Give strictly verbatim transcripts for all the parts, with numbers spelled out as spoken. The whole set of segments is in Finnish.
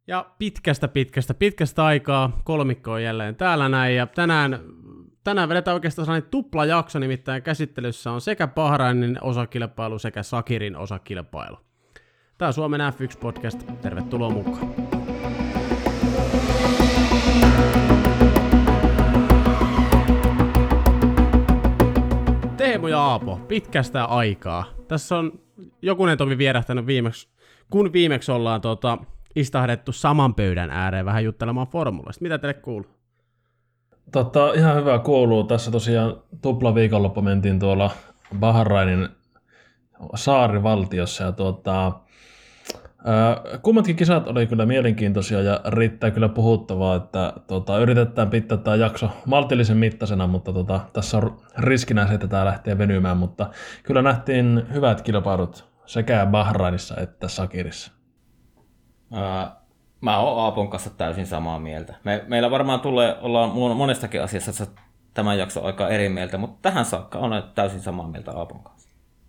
Ja pitkästä, pitkästä, pitkästä aikaa kolmikko on jälleen täällä näin, ja tänään, tänään vedetään oikeastaan sellainen tuplajakso, nimittäin käsittelyssä on sekä Bahrainin osakilpailu sekä Sakirin osakilpailu. Tämä on Suomen F yksi podcast, tervetuloa mukaan. Teemu ja Aapo, pitkästä aikaa. Tässä on jokunen tovi vierähtänyt viimeksi, kun viimeksi ollaan tota, istahdettu saman pöydän ääreen vähän juttelemaan formulasta. Mitä teille kuuluu? Tota, ihan hyvä kuuluu. Tässä tosiaan tupla viikonloppu mentiin tuolla Bahrainin saarivaltiossa. Ja tuota, ää, kummatkin kisat oli kyllä mielenkiintoisia ja riittää kyllä puhuttavaa, että tuota, yritetään pitää tämä jakso maltillisen mittaisena, mutta tuota, tässä on riskinä se, että tämä lähtee venymään. Mutta kyllä nähtiin hyvät kilpailut sekä Bahrainissa että Sakirissa. Uh, mä oon Aapon kanssa täysin samaa mieltä. Me, meillä varmaan tulee ollaan monestakin asiassa tämän jakson aika eri mieltä, mutta tähän saakka olen täysin samaa mieltä Aapon kanssa.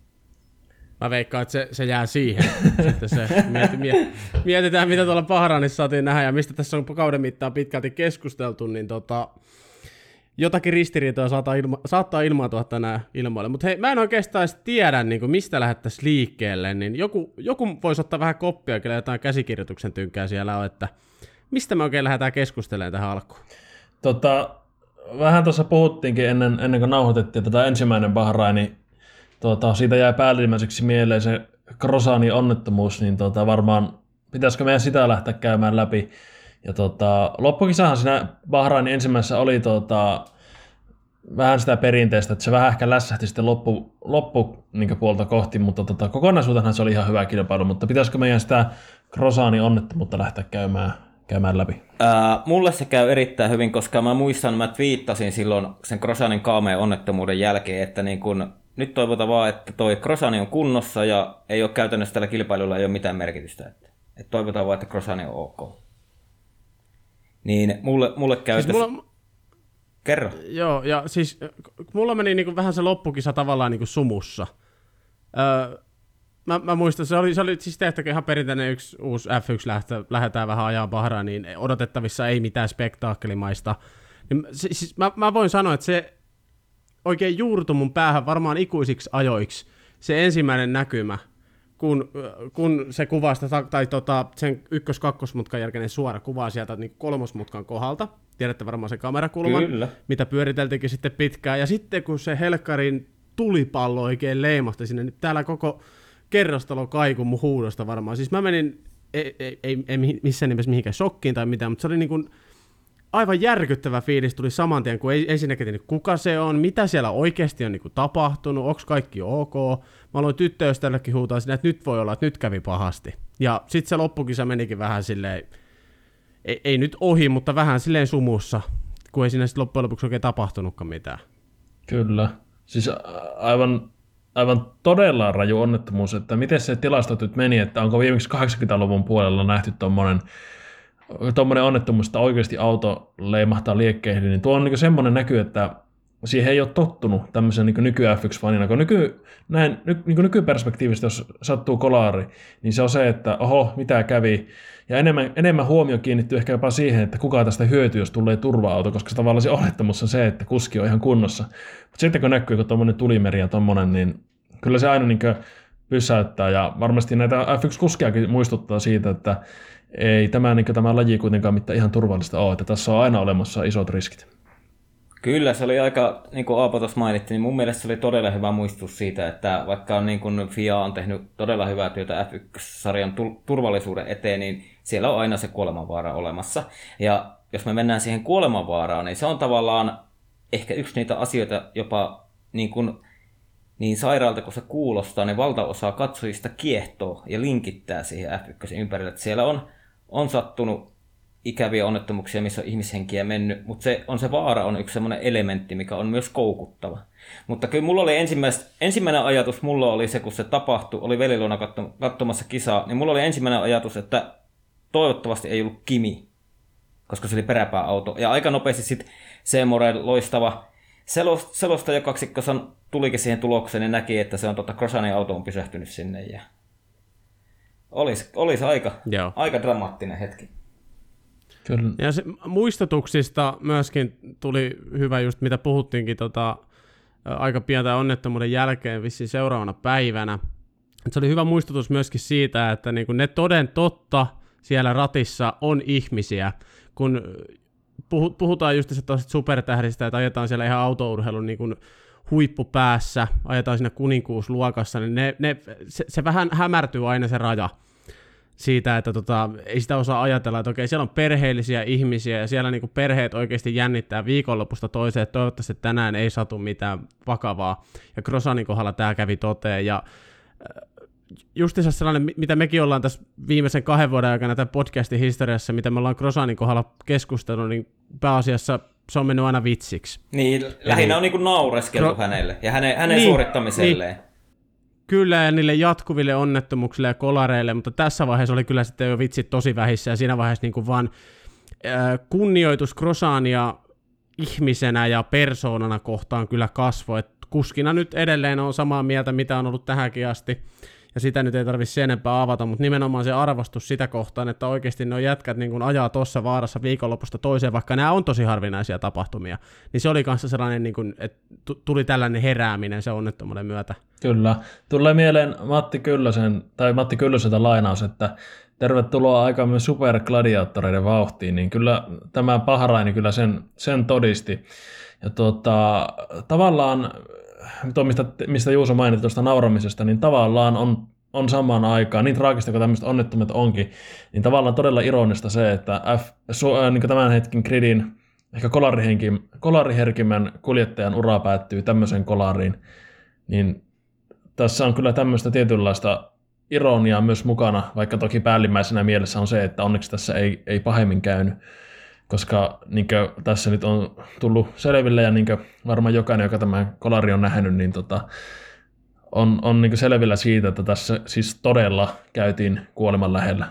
Mä veikkaan, että se, se jää siihen. Sitten se mieti, mieti, mietitään, mitä tuolla Bahrainissa saatiin nähdä ja mistä tässä on kauden mittaan pitkälti keskusteltu, niin tota, jotakin ristiriitoa saattaa, ilma, saattaa ilmaantua tänään ilmoille. Mutta hei, mä en oikeastaan edes tiedä, niin kuin mistä lähdettäisiin liikkeelle, niin joku, joku voisi ottaa vähän koppia, kyllä jotain käsikirjoituksen tynkää siellä on, että mistä me oikein lähdetään keskustelemaan tähän alkuun? Tota, vähän tuossa puhuttiinkin ennen, ennen kuin nauhoitettiin tätä ensimmäinen Bahraini, tuota, siitä jäi päällimmäiseksi mieleen se Crozanin onnettomuus, niin tuota, varmaan pitäisikö meidän sitä lähteä käymään läpi. Ja tota, loppukisahan siinä Bahrainin ensimmäisessä oli tota, vähän sitä perinteistä, että se vähän ehkä lässähti sitten loppu, loppu niin puolta kohti, mutta tota, kokonaisuutenhan se oli ihan hyvä kilpailu, mutta pitäisikö meidän sitä Crozanin onnettomuutta lähteä käymään, käymään läpi? Ää, mulle se käy erittäin hyvin, koska mä muistan, mä twiittasin silloin sen Crozanin kaameen onnettomuuden jälkeen, että niin kun, nyt toivotaan vaan, että toi Crozani on kunnossa ja ei ole käytännössä tällä kilpailulla ei ole mitään merkitystä. Että, että toivotaan vaan, että Crozani on ok. Niin mulle, mulle käy... Siis mulla... Kerro. Joo, ja siis mulla meni niinku vähän se loppukisa tavallaan niinku sumussa. Öö, mä, mä muistan, se oli, se oli siis tehtäkö ihan perinteinen yksi uusi F yksi lähtö, lähdetään vähän ajaa Bahrainiin, niin odotettavissa ei mitään spektaakkelimaista. Niin, siis mä, mä voin sanoa, että se oikein juurtui mun päähän varmaan ikuisiksi ajoiksi se ensimmäinen näkymä, kun, kun se kuvasta, tai tota, sen ykkös-kakkosmutkan jälkeinen suora kuvaa sieltä niin kolmosmutkan kohdalta, tiedätte varmaan sen kamerakulman, Kyllä. mitä pyöriteltiinkin sitten pitkään, ja sitten kun se helkkarin tulipallo oikein leimahti sinne, niin täällä koko kerrostalo kaikui mun huudosta varmaan, siis mä menin, ei, ei, ei, ei missään nimessä mihinkään shokkiin tai mitään, mutta se oli niin kuin aivan järkyttävä fiilis tuli saman tien, kun ei ensinnäkin tiedä, kuka se on, mitä siellä oikeasti on niin kuin tapahtunut, onko kaikki ok. Mä aloin tyttöystävällekin huutaa sinne, että nyt voi olla, että nyt kävi pahasti. Ja sitten se loppukisa menikin vähän silleen, ei, ei nyt ohi, mutta vähän silleen sumussa, kun ei siinä sitten loppujen lopuksi oikein tapahtunutkaan mitään. Kyllä. Siis aivan, aivan todella raju onnettomuus, että miten se tilastot nyt meni, että onko viimeksi kahdeksankymmentäluvun puolella nähty tuommoinen tuommoinen onnettomuus, että oikeasti auto leimahtaa liekkeihin, niin tuo on niin semmoinen näky, että siihen ei ole tottunut tämmöisen niin nyky F yksi-fanina, kun nyky, näin, ny, niin nykyperspektiivistä, jos sattuu kolaari, niin se on se, että oho, mitä kävi, ja enemmän, enemmän huomio kiinnittyy ehkä jopa siihen, että kuka tästä hyötyy, jos tulee turva-auto, koska se tavallaan se onnettomuus on se, että kuski on ihan kunnossa. Mutta sitten kun näkyy, kun tuommoinen tulimeri ja tuommoinen, niin kyllä se aina niin pysäyttää, ja varmasti näitä F yksi-kuskeakin muistuttaa siitä, että ei tämä, niin tämä laji kuitenkaan mitään ihan turvallista ole, että tässä on aina olemassa isot riskit. Kyllä, se oli aika, niin kuin Aapo tuossa mainitti, niin mun mielestä se oli todella hyvä muistutus siitä, että vaikka on, niin kuin F I A on tehnyt todella hyvää työtä F yksi-sarjan turvallisuuden eteen, niin siellä on aina se kuolemanvaara olemassa. Ja jos me mennään siihen kuolemanvaaraan, niin se on tavallaan ehkä yksi niitä asioita jopa niin kuin niin sairaalta kun se kuulostaa, niin valtaosa katsojista kiehtoo ja linkittää siihen F yksi ympärille. Että siellä on, on sattunut ikäviä onnettomuuksia, missä on ihmishenkiä mennyt, mutta se, on se vaara on yksi semmoinen elementti, mikä on myös koukuttava. Mutta kyllä mulla oli ensimmäinen ajatus, mulla oli se, kun se tapahtui, oli veliluona katsomassa kisaa, niin mulla oli ensimmäinen ajatus, että toivottavasti ei ollut Kimi, koska se oli peräpääauto. Ja aika nopeasti sitten Seemoren loistava selostajakaksikko tulikin siihen tulokseen ja näki, että se on tota Crozanin auto on pysähtynyt sinne. Ja olisi, olisi aika, aika dramaattinen hetki. Kyllä. Ja se, muistutuksista myöskin tuli hyvä just, mitä puhuttiinkin tota, aika pian tämän onnettomuuden jälkeen vissiin seuraavana päivänä. Et se oli hyvä muistutus myöskin siitä, että niinku ne toden totta siellä ratissa on ihmisiä, kun puhutaan just tästä supertähdistä, että ajetaan siellä ihan autourheilun niin kuin huippupäässä, ajetaan siinä kuninkuusluokassa, niin ne, ne, se, se vähän hämärtyy aina se raja siitä, että tota, ei sitä osaa ajatella, että okei, siellä on perheellisiä ihmisiä ja siellä niinku perheet oikeasti jännittää viikonlopusta toiseen, että toivottavasti tänään ei satu mitään vakavaa. Ja Grozanin kohdalla tämä kävi toteen ja justiinsa sellainen, mitä mekin ollaan tässä viimeisen kahden vuoden aikana tämän podcastin historiassa, mitä me ollaan Grozanin kohdalla keskustellut, niin pääasiassa se on mennyt aina vitsiksi. Niin, lähinnä Eli, on niin kuin naureskeltu Gro- hänelle ja hänen, hänen niin, suorittamiselleen. Niin. Kyllä, ja niille jatkuville onnettomuuksille ja kolareille, mutta tässä vaiheessa oli kyllä sitten jo vitsit tosi vähissä, ja siinä vaiheessa niin kuin vaan äh, kunnioitus Grozania ihmisenä ja persoonana kohtaan kyllä kasvoi. Et kuskina nyt edelleen on samaa mieltä, mitä on ollut tähänkin asti, ja sitä nyt ei tarvitse sen enempää avata, mutta nimenomaan se arvostus sitä kohtaan, että oikeasti nuo jätkät niin kun ajaa tuossa vaarassa viikonlopusta toiseen, vaikka nämä on tosi harvinaisia tapahtumia, niin se oli kanssa sellainen, niin kun, että tuli tällainen herääminen se onnettomuuden myötä. Kyllä. Tulee mieleen Matti Kyllösen, tai Matti Kyllöseltä lainaus, että tervetuloa aikamme supergladiaattoreiden vauhtiin, niin kyllä tämä Bahraini kyllä sen, sen todisti. Ja tuota, tavallaan, tuo mistä, mistä Juuso mainitsi tuosta nauramisesta, niin tavallaan on, on samaan aikaan, niin traagista kuin tämmöiset onnettomuudet onkin, niin tavallaan todella ironista se, että F, su, äh, niin tämän hetken gridin, ehkä kolariherkimmän kuljettajan ura päättyy tämmöiseen kolariin, niin tässä on kyllä tämmöistä tietynlaista ironiaa myös mukana, vaikka toki päällimmäisenä mielessä on se, että onneksi tässä ei, ei pahemmin käynyt, koska niin tässä nyt on tullut selville ja niin varmaan jokainen, joka tämän kolari on nähnyt, niin tota, on, on niin selvillä siitä, että tässä siis todella käytiin kuoleman lähellä.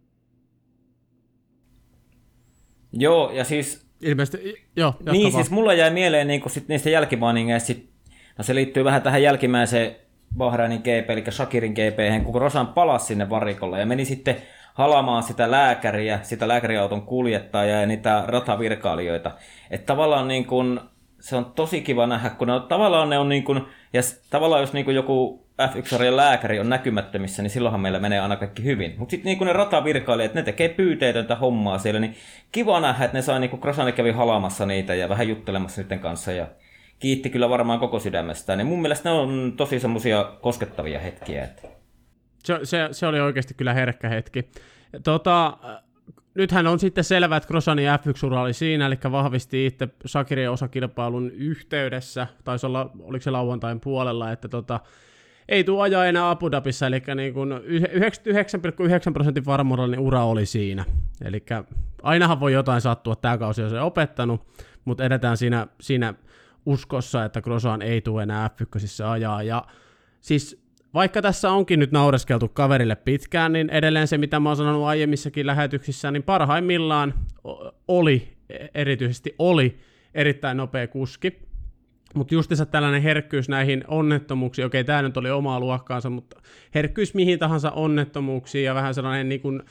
Joo, ja siis... Ilmeisesti, joo. Niin, vaan. siis mulla jäi mieleen niin sit niistä jälkimainingeista, sit, no se liittyy vähän tähän jälkimmäiseen Bahrainin G P, eli Shakirin G P, kun Grozan palasi sinne varikolle ja meni sitten halamaan sitä lääkäriä, sitä lääkäriauton kuljettajaa ja niitä ratavirkailijoita. Että tavallaan niin kun, se on tosi kiva nähdä, kun ne on, tavallaan ne on niin kun, ja tavallaan jos niin kun joku F yksi-sarjan lääkäri on näkymättömissä, niin silloinhan meillä menee aina kaikki hyvin. Mutta sitten niin ne ratavirkailijat, ne tekee pyyteetöntä hommaa siellä, niin kiva nähdä, että ne sai, niin kun Grozani kävi halaamassa niitä ja vähän juttelemassa niiden kanssa ja kiitti kyllä varmaan koko sydämestään. Ja mun mielestä ne on tosi semmoisia koskettavia hetkiä. Että... Se, se, se oli oikeasti kyllä herkkä hetki. Tota, nythän on sitten selvä, että Grozanin F yksi-ura oli siinä, eli vahvisti itse Shakirin osakilpailun yhteydessä, taisi olla, oliko se lauantain puolella, että tota, ei tule ajaa enää Abu Dhabissa, eli niin kuin yhdeksänkymmentäyhdeksän pilkku yhdeksän prosentin varmuudella niin ura oli siinä. Eli ainahan voi jotain sattua, tämä kausi on se opettanut, mutta edetään siinä, siinä uskossa, että Grozan ei tule enää F yksi ajaa. Ja siis vaikka tässä onkin nyt naureskeltu kaverille pitkään, niin edelleen se, mitä mä oon sanonut aiemmissakin lähetyksissä, niin parhaimmillaan oli, erityisesti oli erittäin nopea kuski. Mutta justiinsa tällainen herkkyys näihin onnettomuuksiin, okei, tämä nyt oli omaa luokkaansa, mutta herkkyys mihin tahansa onnettomuuksiin ja vähän sellainen niin kuin,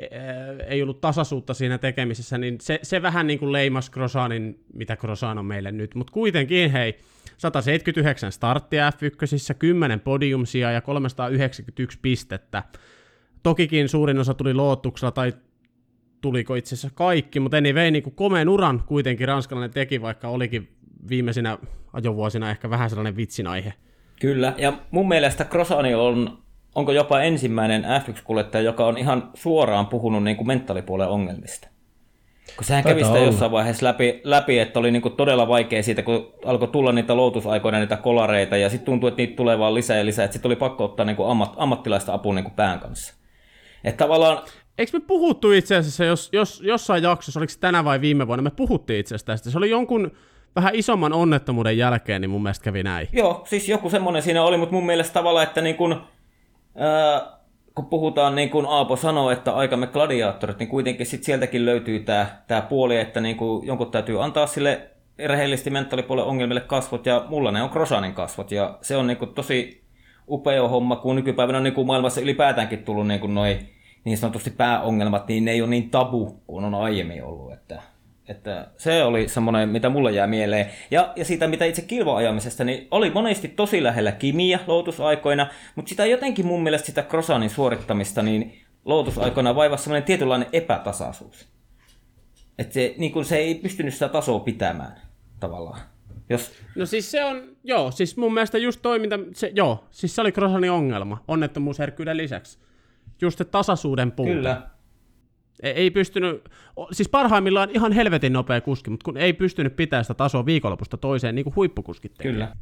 ei ollut tasaisuutta siinä tekemisessä, niin se, se vähän niin kuin leimasi Grozanin, mitä Grozan on meille nyt. Mutta kuitenkin, hei, sata seitsemänkymmentäyhdeksän starttia F yksi, kymmenen podiumsia ja kolmesataayhdeksänkymmentäyksi pistettä. Tokikin suurin osa tuli lootuksella, tai tuliko itse asiassa kaikki, mutta anyway, niin kuin komeen uran kuitenkin ranskalainen teki, vaikka olikin viimeisinä ajovuosina ehkä vähän sellainen vitsin aihe. Kyllä, ja mun mielestä Grozani on, onko jopa ensimmäinen F yksi-kuljettaja, joka on ihan suoraan puhunut niin kuin mentaalipuolen ongelmista. Kun sehän kävi sitä jossain vaiheessa läpi, läpi että oli niin kuin todella vaikea siitä, kun alkoi tulla niitä loutusaikoina, niitä kolareita, ja sitten tuntui, että niitä tulee vaan lisää ja lisää, että sitten oli pakko ottaa niin kuin ammat, ammattilaista apua niin kuin pään kanssa. Että tavallaan... Eikö me puhuttu itse asiassa, jos, jos, jossain jaksossa, oliko se tänä vai viime vuonna, me puhuttiin itse asiassa tästä. Se oli jonkun vähän isomman onnettomuuden jälkeen, niin mun mielestä kävi näin. Joo, siis joku semmoinen siinä oli, mutta mun mielestä tavallaan, että niin kun, ää, kun puhutaan niin kuin Aapo sanoi, että aikamme gladiaattorit, niin kuitenkin sit sieltäkin löytyy tämä tää puoli, että niin kuin jonkun täytyy antaa sille rehellisesti mentaalipuolen ongelmille kasvot, ja mulla ne on Grozanin kasvot, ja se on niin kuin tosi upea homma, kun nykypäivänä on niin kuin maailmassa ylipäätäänkin tullut niin kuin noi niin sanotusti pääongelmat, niin ne ei ole niin tabu kuin on aiemmin ollut. Että, että se oli semmoinen, mitä mulle jää mieleen. Ja, ja siitä, mitä itse kilva-ajamisesta, niin oli monesti tosi lähellä Kimiä Lotus-aikoina, mutta sitä jotenkin mun mielestä sitä Crossanin suorittamista, niin Lotus-aikoina vaivasi semmoinen tietynlainen epätasaisuus. Että se, niin kun se ei pystynyt sitä tasoa pitämään tavallaan. Jos... No siis se on, joo, siis mun mielestä just toiminta, se, joo, siis se oli Crossanin ongelma, onnettomuusherkkyyden lisäksi. Just se tasaisuuden puute. Kyllä. Ei, ei pystynyt, siis parhaimmillaan ihan helvetin nopea kuski, mutta kun ei pystynyt pitämään sitä tasoa viikonlopusta toiseen, niin kuin huippukuskit tekee. Kyllä.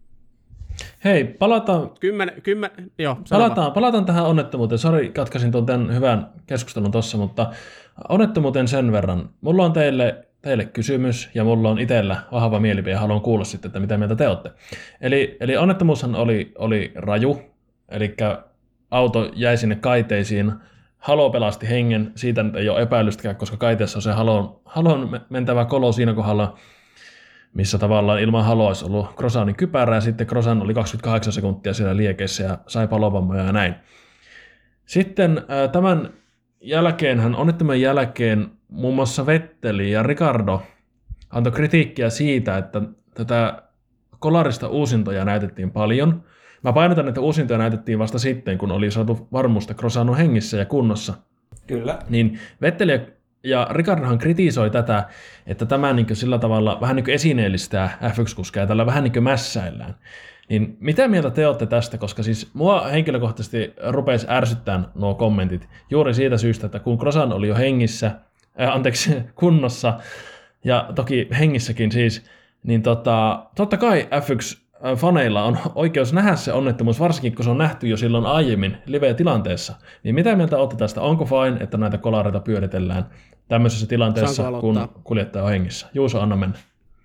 Hei, palataan, Kymmen, kymmen, joo, palataan, palataan tähän onnettomuuteen. Sori, katkasin tuon tämän hyvän keskustelun tuossa, mutta onnettomuuteen sen verran. Mulla on teille, teille kysymys ja mulla on itsellä vahva mielipide ja haluan kuulla sitten, että mitä mieltä te olette. Eli, eli onnettomuushan oli, oli raju, eli auto jäi sinne kaiteisiin, Halo pelasti hengen, siitä nyt ei ole epäilystäkään, koska kaiteessa on se halon, halon mentävä kolo siinä kohdalla, missä tavallaan ilman haloa olisi ollut Crossanin kypärä, ja sitten Crossan oli kaksikymmentäkahdeksan sekuntia siellä liekeissä ja sai palovammoja ja näin. Sitten äh, tämän jälkeen, onnettomuuden jälkeen, muun muassa Vetteli ja Ricardo antoi kritiikkiä siitä, että tätä kolarista uusintoja näytettiin paljon. Mä painotan, että uusintoja näytettiin vasta sitten, kun oli saatu varmuusta Crossan on hengissä ja kunnossa. Kyllä. Niin Vetteli ja Ricardohan kritisoi tätä, että tämä niin sillä tavalla vähän niin esineellistää F yksi -kuskeja ja tällä vähän niin mässäillään. Niin mitä mieltä te olette tästä, koska siis mua henkilökohtaisesti rupesi ärsyttämään nuo kommentit juuri siitä syystä, että kun Crossan oli jo hengissä, äh, anteeksi, kunnossa ja toki hengissäkin siis, niin tota, totta kai F yksi faneilla on oikeus nähdä se onnettomuus, varsinkin kun se on nähty jo silloin aiemmin live-tilanteessa. Niin mitä mieltä olette tästä? Onko fine, että näitä kolareita pyöritellään tämmöisessä tilanteessa, kun kuljettaja on hengissä? Juuso, anna mennä.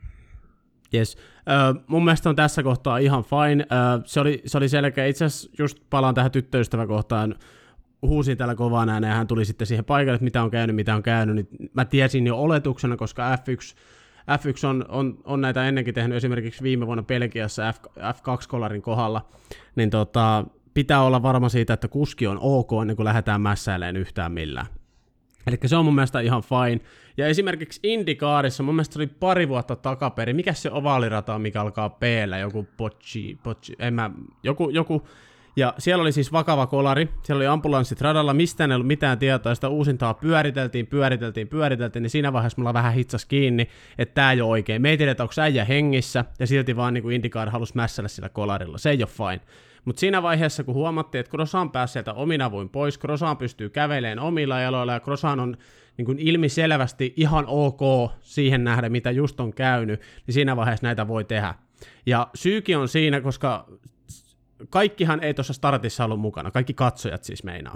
Yes. Uh, mun mielestä on tässä kohtaa ihan fine. Uh, se, oli, se oli selkeä. Itse asiassa just palaan tähän tyttöystäväkohtaan. Huusin täällä kovaan ääneen ja hän tuli sitten siihen paikalle, että mitä on käynyt, mitä on käynyt. Niin mä tiesin jo oletuksena, koska F yksi F yksi on, on, on näitä ennenkin tehnyt esimerkiksi viime vuonna Belgiassa F, F kaksi -kolarin kohdalla, niin tota, pitää olla varma siitä, että kuski on ok ennen kuin lähdetään mässäilemään yhtään millään. Eli se on mun mielestä ihan fine. Ja esimerkiksi IndyCarissa, mun mielestä se oli pari vuotta takaperin, mikä se ovaalirata on, mikä alkaa P-llä, joku Bocci, Bocci en mä, joku, joku, ja siellä oli siis vakava kolari, siellä oli ambulanssit radalla, mistään ei ollut mitään tietoa, sitä uusintaa pyöriteltiin, pyöriteltiin, pyöriteltiin, niin siinä vaiheessa mulla vähän hitsas kiinni, että tää ei ole oikein. Me ei tiedä, onko äijä hengissä, ja silti vaan niin kuin IndyCar halusi mässällä sillä kolarilla, se ei ole fine. Mutta siinä vaiheessa, kun huomattiin, että Crossan pääsi sieltä omin avuin pois, Crossan pystyy kävelemään omilla jaloilla, ja Crossan on niin kuin ilmiselvästi ihan ok siihen nähdä, mitä just on käynyt, niin siinä vaiheessa näitä voi tehdä. Ja syykin on siinä, koska kaikkihan ei tuossa startissa ollut mukana, kaikki katsojat siis meinaa.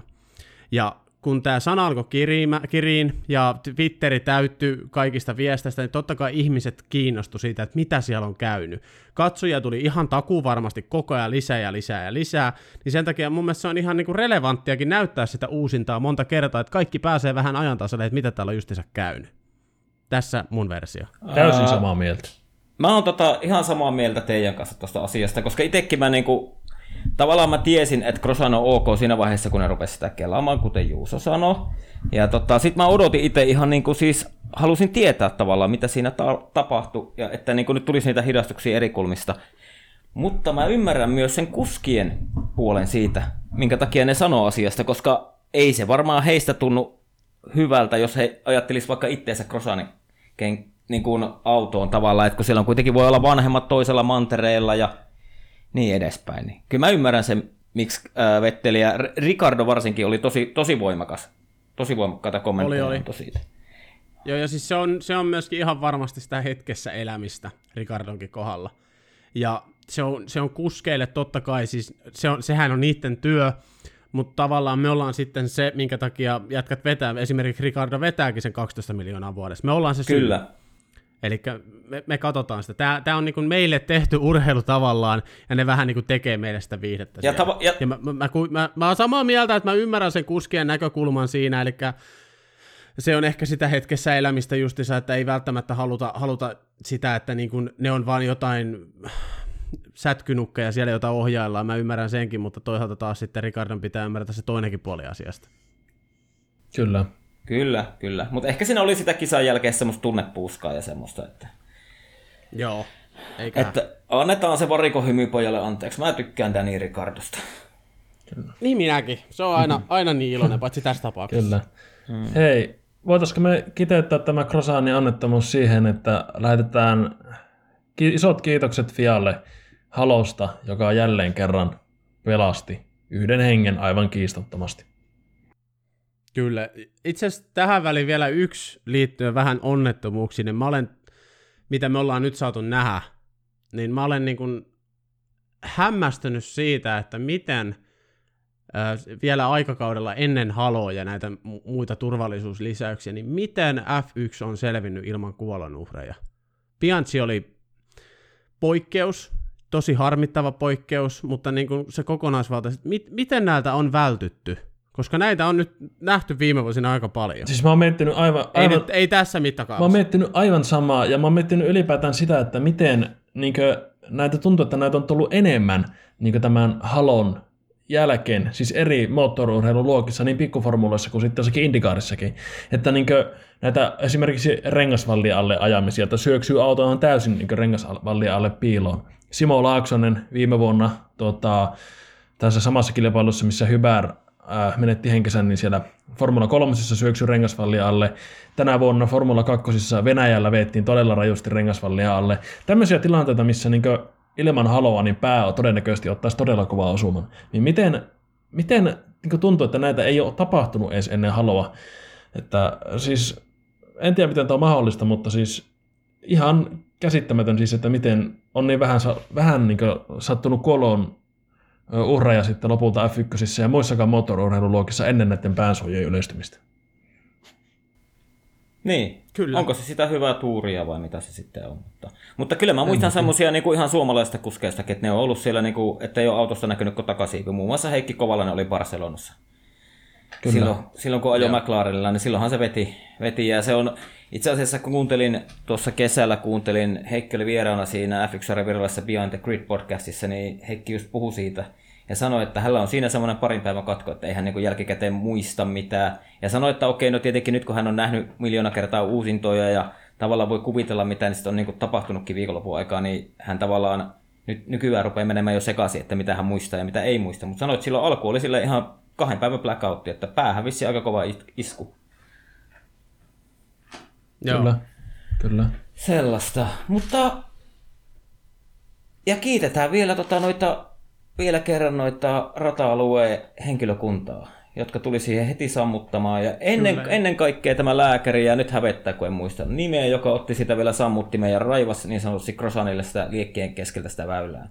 Ja kun tämä sana alkoi kiriin ja Twitteri täyttyi kaikista viesteistä, niin totta kai ihmiset kiinnostu siitä, että mitä siellä on käynyt. Katsoja tuli ihan takuvarmasti koko ajan lisää ja lisää ja lisää, niin sen takia mun mielestä se on ihan niinku relevanttiakin näyttää sitä uusintaa monta kertaa, että kaikki pääsee vähän ajan tasalle, että mitä täällä on justiinsa käynyt. Tässä mun versio. Täysin samaa mieltä. Mä oon tota ihan samaa mieltä teidän kanssa tuosta asiasta, koska itsekin mä niinku, tavallaan mä tiesin, että Crossan on ok siinä vaiheessa, kun ne rupesi sitä kelaamaan, kuten Juuso sanoi. Ja tota, sit mä odotin itse ihan niinku siis, halusin tietää tavallaan, mitä siinä ta- tapahtui, ja että niinku nyt tulisi niitä hidastuksia eri kulmista. Mutta mä ymmärrän myös sen kuskien puolen siitä, minkä takia ne sanoo asiasta, koska ei se varmaan heistä tunnu hyvältä, jos he ajattelisivat vaikka itteensä Crossanin niin kuin autoon tavallaan, että kun siellä on kuitenkin voi olla vanhemmat toisella mantereella ja niin edespäin. Niin. Kyllä mä ymmärrän sen, miksi äh, Vetteli ja Ricardo varsinkin oli tosi, tosi voimakas. Tosi voimakkaita kommentteja oli, oli. Siitä. Joo, ja siis se on, se on myöskin ihan varmasti sitä hetkessä elämistä Ricardonkin kohdalla. Ja se on, se on kuskeille totta kai, siis se on, sehän on niiden työ, mutta tavallaan me ollaan sitten se, minkä takia jätkät vetää, esimerkiksi Ricardo vetääkin sen kaksitoista miljoonaa vuodessa. Me ollaan se syy. Kyllä. Eli me, me katsotaan sitä. Tämä, tämä on niin kuin meille tehty urheilu tavallaan, ja ne vähän niin kuin tekee meille sitä viihdettä. Ja tava- ja... ja mä, mä, mä, mä, mä oon samaa mieltä, että mä ymmärrän sen kuskien näkökulman siinä, eli se on ehkä sitä hetkessä elämistä justiinsa, että ei välttämättä haluta, haluta sitä, että niin kuin ne on vaan jotain sätkynukkeja siellä, jota ohjaillaan. Mä ymmärrän senkin, mutta toisaalta taas sitten Ricardon pitää ymmärtää se toinenkin puoli asiasta. Kyllä. Kyllä, kyllä. Mutta ehkä siinä oli sitä kisan jälkeen semmoista tunnepuuskaa ja semmoista, että... Joo. Eiköhän. Että annetaan se varikon hymy pojalle anteeksi. Mä tykkään Danny Ricardosta. Kyllä. Niin minäkin. Se on aina, aina niin iloinen, paitsi tässä tapauksessa. Kyllä. Hmm. Hei, voitaisiko me kiteyttää tämä Crosanin annettomuus siihen, että lähetetään isot kiitokset Fialle Halosta, joka jälleen kerran pelasti yhden hengen aivan kiistattomasti. Kyllä. Itse asiassa tähän väliin vielä yksi liittyen vähän onnettomuuksiin. Niin mä olen, mitä me ollaan nyt saatu nähdä, niin mä olen niin kuin hämmästynyt siitä, että miten äh, vielä aikakaudella ennen Haloa ja näitä muita turvallisuuslisäyksiä, niin miten F yksi on selvinnyt ilman kuolonuhreja. Bianchi oli poikkeus, tosi harmittava poikkeus, mutta niin kuin se kokonaisvaltaisesti, mit, miten näiltä on vältytty? Koska näitä on nyt nähty viime vuosina aika paljon. Siis mä oon miettinyt aivan... aivan ei, nyt, ei tässä mittakaavassa. Mä oon miettinyt aivan samaa, ja mä oon miettinyt ylipäätään sitä, että miten niinkö, näitä tuntuu, että näitä on tullut enemmän niinkö tämän Halon jälkeen, siis eri moottorurheiluluokissa, niin pikkuformuloissa kuin sitten jossakin Indikaarissakin, että niinkö näitä esimerkiksi rengasvallien alle ajamisia, että syöksyy autohan täysin niinkö rengasvallien alle piiloon. Simo Laaksonen viime vuonna tota, tässä samassa kilpailussa, missä Hybär Äh, menetti henkensä, niin siellä Formula kolmosessa syöksyi rengasvallia alle. Tänä vuonna Formula kakkosessa Venäjällä veettiin todella rajusti rengasvallia alle. Tämmöisiä tilanteita, missä niin ilman Haloa niin pää todennäköisesti ottaisi todella kovaa osuman. Niin miten, miten niin tuntuu, että näitä ei ole tapahtunut edes ennen Haloa? Että siis, en tiedä miten tämä on mahdollista, mutta siis ihan käsittämätön siis, että miten on niin vähän, vähän niin sattunut koloon uhreja sitten lopulta F yksi ja muissakaan moottorurheiluluokissa ennen näiden päänsuojien yleistymistä. Niin, kyllä. Onko se sitä hyvää tuuria vai mitä se sitten on? Mutta, mutta kyllä mä muistan semmoisia niin ihan suomalaisista kuskeista, että ne on ollut siellä, niin kuin, että ei ole autosta näkynyt kuin takaisin. Muun muassa Heikki Kovalainen oli Barcelonassa. Silloin, silloin kun ajoi McLarenilla, niin silloinhan se veti, veti. Ja se on, itse asiassa kun kuuntelin tuossa kesällä, kuuntelin, Heikki oli vieraana siinä F yksi virallisessa Behind the Grid podcastissa, niin Heikki just puhui siitä ja sanoi, että hänellä on siinä semmoinen parin päivän katko, että ei hän niin jälkikäteen muista mitään. Ja sanoi, että okei, no tietenkin nyt kun hän on nähnyt miljoona kertaa uusintoja ja tavallaan voi kuvitella, mitä niistä on niin kuin tapahtunutkin viikonlopun aikaa, niin hän tavallaan nyt nykyään rupeaa menemään jo sekaisin, että mitä hän muistaa ja mitä ei muista. Mutta sanoi, että silloin alku oli sille ihan kahden päivän blackoutti, että päähän vissi aika kova isku. Joo. Kyllä, kyllä. Sellaista, mutta ja kiitetään vielä tota noita, vielä kerran noita rata-alueen henkilökuntaa, jotka tuli siihen heti sammuttamaan ja ennen, ennen kaikkea tämä lääkäri, ja nyt hävettää kun en muista nimeä, joka otti sitä vielä sammuttimeen ja raivasi niin sanotusti Crosanille sitä liekkien keskeltä sitä väylää.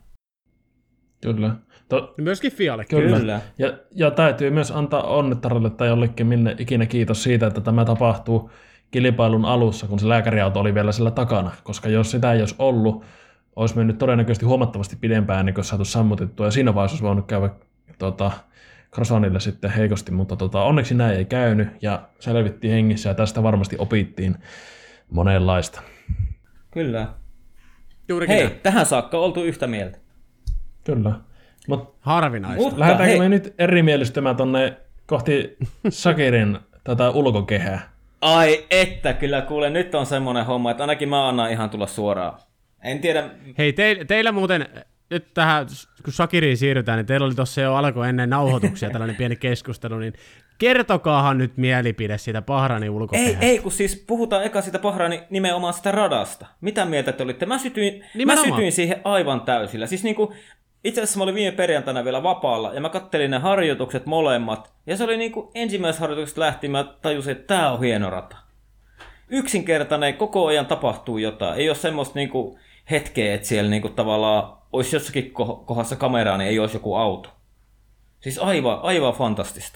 Kyllä. To- Myöskin Fialle. Kyllä. Kyllä. Ja, ja täytyy myös antaa onnettarille tai jollekin minne ikinä kiitos siitä, että tämä tapahtuu kilpailun alussa, kun se lääkäriauto oli vielä sillä takana, koska jos sitä ei olisi ollut, olisi mennyt todennäköisesti huomattavasti pidempään ennen kuin saatu sammutettua, ja siinä vaiheessa olisi voinut käydä tuota, Crosanille sitten heikosti, mutta tota, onneksi näin ei käynyt, ja selvittiin hengissä, ja tästä varmasti opittiin monenlaista. Kyllä. Juurikin Hei, näin. tähän saakka oltu yhtä mieltä. Kyllä. Mut harvinaista. Mutta lähdetäänkö hei. me nyt erimielistymään tonne kohti Sakirin tätä ulkokehää? Ai että, kyllä kuule, nyt on semmoinen homma, että ainakin mä annan ihan tulla suoraan. En tiedä. Hei, te, teillä muuten, nyt tähän, kun Sakiriin siirrytään, niin teillä oli tuossa jo alkoi ennen nauhoituksia tällainen pieni keskustelu, niin kertokaahan nyt mielipide siitä Bahrainin Ei, ulkokehästä. ei, kun siis puhutaan eka siitä Bahrainin nimenomaan sitä radasta. Mitä mieltä te olitte? Mä sytyin, mä Nimenomaan. sytyin siihen aivan täysillä. Siis niinku, itse asiassa mä olin viime perjantaina vielä vapaalla, ja mä kattelin ne harjoitukset molemmat, ja se oli niinku ensimmäisestä harjoituksesta lähtien, mä tajusin, että tää on hieno rata. Yksinkertainen, koko ajan tapahtuu jotain. Ei ole semmoista niinku hetkeä, että siellä niinku tavallaan olisi jossakin kohdassa kameraa, niin ei olisi joku auto. Siis aivan, aivan fantastista.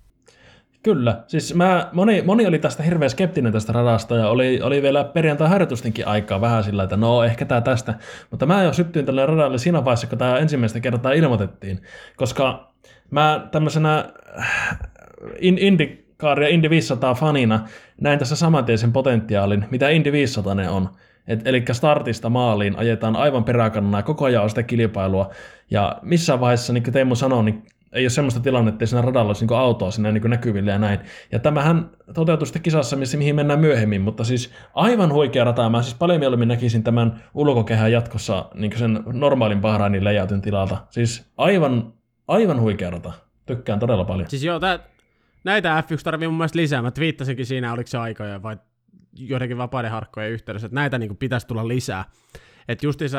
Kyllä, siis mä, moni, moni oli tästä hirveän skeptinen tästä radasta ja oli, oli vielä perjantai-harjoitustenkin aikaa vähän sillä, että no ehkä tää tästä, mutta mä jo syttyin tälle radalle siinä vaiheessa, kun tää ensimmäistä kertaa ilmoitettiin, koska mä tämmöisenä in, IndyCar ja Indy viisisataa fanina näin tässä saman tien sen potentiaalin, mitä Indy viisisataa on. Et, eli startista maaliin ajetaan aivan peräkannaa, koko ajan on sitä kilpailua, ja missään vaiheessa, niin kuin Teemu sanoi, niin ei ole semmoista tilannetta, että siinä radalla olisi niin autoa siinä niin näkyvillä ja näin. Ja tämähän toteutui sitten kisassa, missä, mihin mennään myöhemmin, mutta siis aivan huikea rata. Mä siis paljon mieluummin näkisin tämän ulkokehän jatkossa niin sen normaalin Bahrainin layoutin tilalta. Siis aivan, aivan huikea rata. Tykkään todella paljon. Siis joo, tää, näitä F yksi tarvii mun mielestä lisää. Mä twiittasinkin siinä, oliko se aikoja vai joidenkin vapaiden harkkojen yhteydessä, että näitä niin pitäisi tulla lisää. Että justiinsa,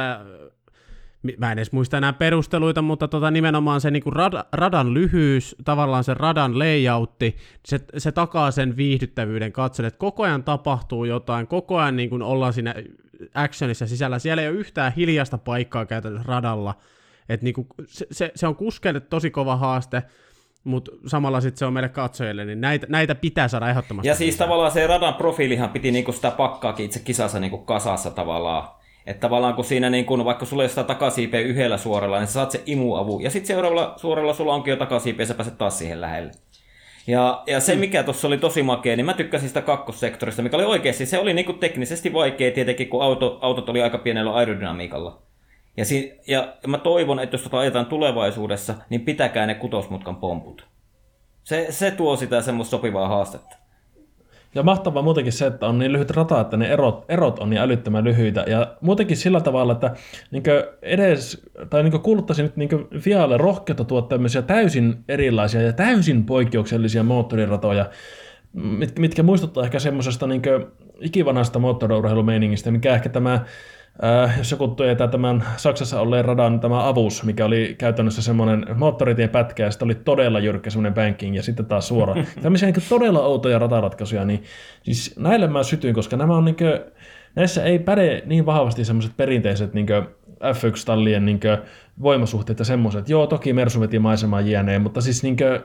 mä en edes muista enää perusteluita, mutta tota nimenomaan se niin rad, radan lyhyys, tavallaan se radan layoutti, se, se takaa sen viihdyttävyyden katsojille, että koko ajan tapahtuu jotain, koko ajan niin ollaan siinä actionissa sisällä, siellä ei ole yhtään hiljaista paikkaa käytännössä radalla, että niin se, se, se on kuskeille tosi kova haaste, mutta samalla sitten se on meille katsojille, niin näitä, näitä pitää saada ehdottomasti. Ja siis tavallaan se radan profiilihan piti niinku sitä pakkaakin itse kisassa niinku kasassa tavallaan. Että tavallaan kun siinä, niinku, vaikka sulla ei ole sitä takasiipeä yhdellä suoralla, niin sä saat se imuavu. Ja sitten seuraavalla suoralla sulla onkin jo takasiipeä ja sä pääset taas siihen lähelle. Ja, ja se mikä tuossa oli tosi makea, niin mä tykkäsin sitä kakkossektorista, mikä oli oikeasti, se oli niinku teknisesti vaikea tietenkin, kun auto, autot oli aika pienellä aerodynamiikalla. Ja, si- ja mä toivon, että jos tota ajetaan tulevaisuudessa, niin pitäkää ne kutosmutkan pomput. Se, se tuo sitä semmoista sopivaa haastetta. Ja mahtavaa muutenkin se, että on niin lyhyt rata, että ne erot, erot on niin älyttömän lyhyitä. Ja muutenkin sillä tavalla, että niinkö edes, tai niinkö kuuluttaisin nyt niinkö Fialle rohkeutta tuoda tämmöisiä täysin erilaisia ja täysin poikkeuksellisia moottoriratoja, mit, mitkä muistuttaa ehkä semmoisesta niinkö ikivanhasta moottoriurheilumeiningistä, mikä ehkä tämä, Äh, jos joku tietää tämän Saksassa olleen radan tämä avus, mikä oli käytännössä semmoinen moottoritien pätkä, ja sitten oli todella jyrkkä semmoinen banking, ja sitten taas suora. Tämmöisiä niin todella outoja rataratkaisuja, niin siis näille mä sytyin, koska nämä on niin kuin, näissä ei päde niin vahvasti semmoiset perinteiset niin F yksi-tallien niin voimasuhteet ja semmoiset. Joo, toki Mersu veti maisemaan jne, mutta siis niin kuin,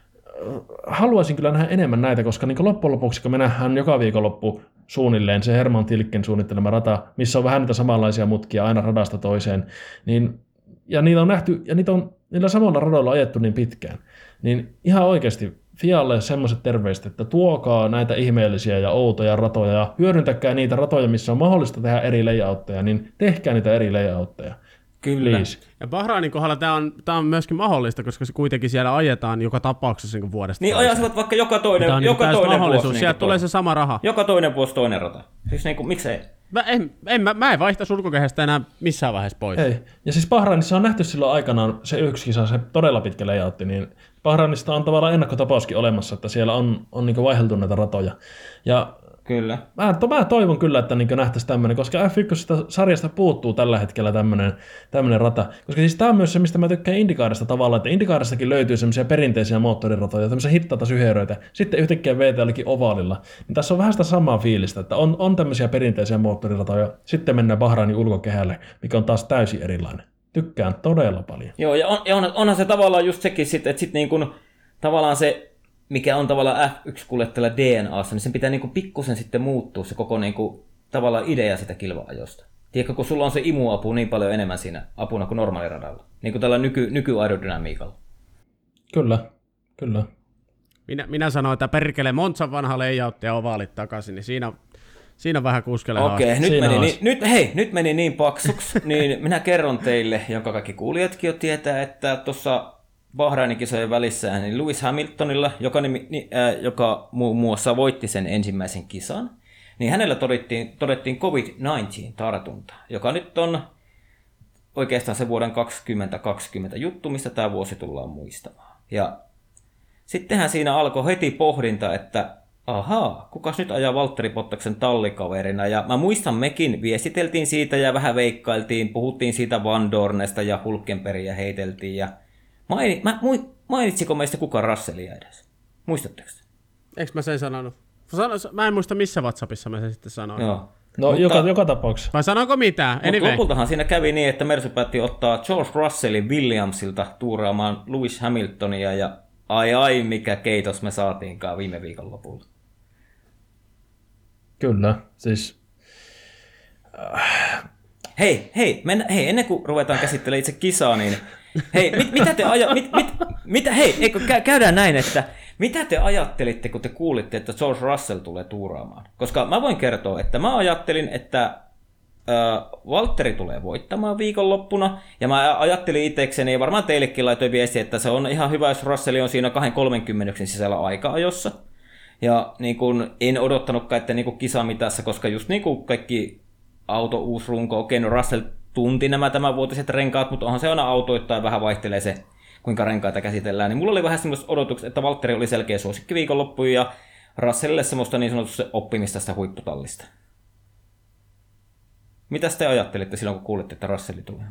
haluaisin kyllä nähdä enemmän näitä, koska niin loppujen lopuksi, kun me nähdään joka viikonloppu suunnilleen se Herman Tilken suunnittelema rata, missä on vähän niitä samanlaisia mutkia aina radasta toiseen, niin, ja niitä on nähty, ja niitä on niillä samoilla radoilla ajettu niin pitkään, niin ihan oikeasti Fialle semmoiset terveiset, että tuokaa näitä ihmeellisiä ja outoja ratoja, ja hyödyntäkää niitä ratoja, missä on mahdollista tehdä eri layoutteja, niin tehkää niitä eri layoutteja. Kyllä. Please. Ja Bahrainin kohdalla tämä on, tämä on myöskin mahdollista, koska se kuitenkin siellä ajetaan joka tapauksessa niin vuodesta. Niin ajaisivat vaikka joka toinen, tämä on joka niin toinen mahdollisuus. vuosi. Sieltä niin tulee se sama raha. Joka toinen vuosi toinen rata. Siis niin kuin, miksei? Mä en, en, mä, mä en vaihtaisi ulkokehästä enää missään vaiheessa pois. Ei. Ja siis Bahrainissa on nähty silloin aikanaan se yksi kisa, se todella pitkä layoutti, niin Bahrainista on tavallaan ennakkotapauskin olemassa, että siellä on, on niin vaihdeltu näitä ratoja. Ja Kyllä. Mä, to, mä toivon kyllä, että niin nähtäisiin tämmöinen, koska F yksi-sarjasta puuttuu tällä hetkellä tämmöinen, tämmöinen rata. Koska siis tämä on myös se, mistä mä tykkään IndyCarista tavallaan, että IndyCaristakin löytyy semmoisia perinteisiä moottoriratoja, tämmöisiä hittaita syheröitä, sitten yhtäkkiä V T L:kin ovaalilla. Niin tässä on vähän sitä samaa fiilistä, että on, on tämmöisiä perinteisiä moottoriratoja, sitten mennään Bahrainin ulkokehälle, mikä on taas täysin erilainen. Tykkään todella paljon. Joo, ja, on, ja on, onhan se tavallaan just sekin sitten, että sitten niin kuin, tavallaan se, mikä on tavallaan F yksi-kuljettajalla D N A:ssa, niin sen pitää niinku pikkusen sitten muuttua se koko niinku, tavallaan idea sitä kilva-ajosta. Tiedätkö, kun sulla on se imuapu niin paljon enemmän siinä apuna kuin normaaliradalla. Niin kuin tällä nyky, nykyaerodynamiikalla. Kyllä, kyllä. Minä, minä sanoin, että perkele Monzan vanha layout ja ovaalit takaisin, niin siinä, siinä on vähän kuskele Okei, nyt Siinä meni, olisi. niin, nyt, hei, nyt meni niin paksuksi, niin minä kerron teille, jonka kaikki kuulijatkin jo tietää, että tuossa Bahrainin kisojen välissä, niin Lewis Hamiltonilla, joka, nimi, äh, joka muun muassa voitti sen ensimmäisen kisan, niin hänellä todettiin, todettiin covid yhdeksäntoista-tartunta, joka nyt on oikeastaan se vuoden kaksituhattakaksikymmentä juttu, mistä tämä vuosi tullaan muistamaan. Ja sittenhän siinä alkoi heti pohdinta, että ahaa, kukas nyt ajaa Valtteri Bottaksen tallikaverina, ja mä muistan mekin viestiteltiin siitä ja vähän veikkailtiin, puhuttiin siitä Van Dornesta ja Hulkenbergia heiteltiin, ja Maini, mä, mainitsiko meistä kuka Russellia edes? Muistatteko? Eikö mä sen sanonut? Mä en muista missä WhatsAppissa mä sen sitten sanoin. Joo. No Mutta, joka, joka tapauksessa. Vai sanonko mitään? mutta Anyway. lopultahan siinä kävi niin, että Mersu päätti ottaa George Russellin Williamsilta tuuraamaan Lewis Hamiltonia, ja ai ai mikä keitos me saatiinkaan viime viikon lopulla. Kyllä, siis Hei, hei, mennä, hei, ennen kuin ruvetaan käsittelemään itse kisaa, niin hei, mit, mitä te aja, mit, mit, mitä, hei, eikö, käydään näin, että mitä te ajattelitte, kun te kuulitte, että George Russell tulee tuuraamaan? Koska mä voin kertoa, että mä ajattelin, että Valtteri tulee voittamaan viikonloppuna, ja mä ajattelin itsekseni, ja varmaan teillekin laitoin viesti, että se on ihan hyvä, jos Russell on siinä kahden kolmenkymmenen sisällä aika-ajossa. Ja niin kun, en odottanutkaan, että niin kisa mitassa, koska just niin kuin kaikki auto, uusi runko, okei, no Russell tunti nämä tämänvuotiset renkaat, mutta onhan se aina autoittain vähän vaihtelee se, kuinka renkaita käsitellään. Niin mulla oli vähän semmoiset odotukset, että Valtteri oli selkeä suosikki viikonloppuun, ja Russellille semmoista niin sanotusti oppimista sitä huipputallista. Mitä te ajattelitte silloin, kun kuulitte, että Russell tulee?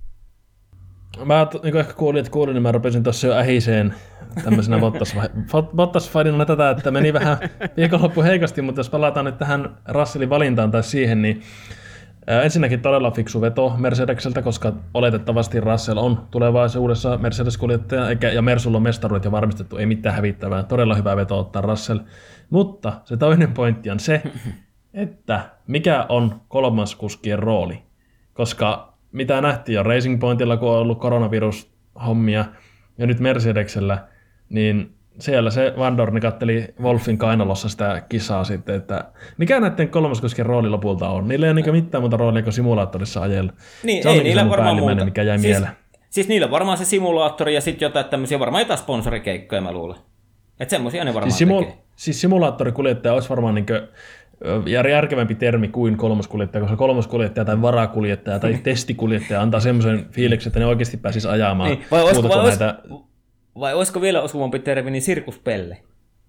Mä niin ehkä kuulin, että kuulin, niin mä rupesin tuossa jo ähiseen tämmöisenä Bottas-faidina tätä, että meni vähän viikonloppu heikosti, mutta jos palataan nyt tähän Russellin valintaan tai siihen, niin ensinnäkin todella fiksu veto Mercedekseltä, koska oletettavasti Russell on tulevaisuudessa Mercedes-kuljettaja, ja Mersulla on mestaruudet jo varmistettu, ei mitään hävittävää, todella hyvä veto ottaa Russell. Mutta se toinen pointti on se, että mikä on kolmas kuskien rooli, koska mitä nähtiin jo Racing Pointilla, kun on ollut koronavirushommia, ja nyt Mercedeksellä, niin siellä se Van Dorn katteli Wolfin kainalossa sitä kisaa sitten, että mikä näiden kolmaskuskin rooli lopulta on. Niillä ei ole mitään muuta roolia kuin simulaattorissa ajella. Niin, se on ei niin niillä varmaan muuta. Mikä jäi siis, mieleen. Siis niillä varmaan se simulaattori ja sitten jotain tämmöisiä, varmaan jotain sponsorikeikkoja mä luulen. Että semmoisia ne varmaan siis, simu- tekee. siis simulaattorikuljettaja olisi varmaan niinkö järkevämpi termi kuin kolmoskuljettaja, koska kolmoskuljettaja tai varakuljettaja tai testikuljettaja antaa semmoisen fiiliksen, että ne oikeasti pääsisi ajamaan. Niin. Vai, olisiko, vai, näitä... olisiko, vai olisiko vielä osuvampi termi, niin sirkuspelle?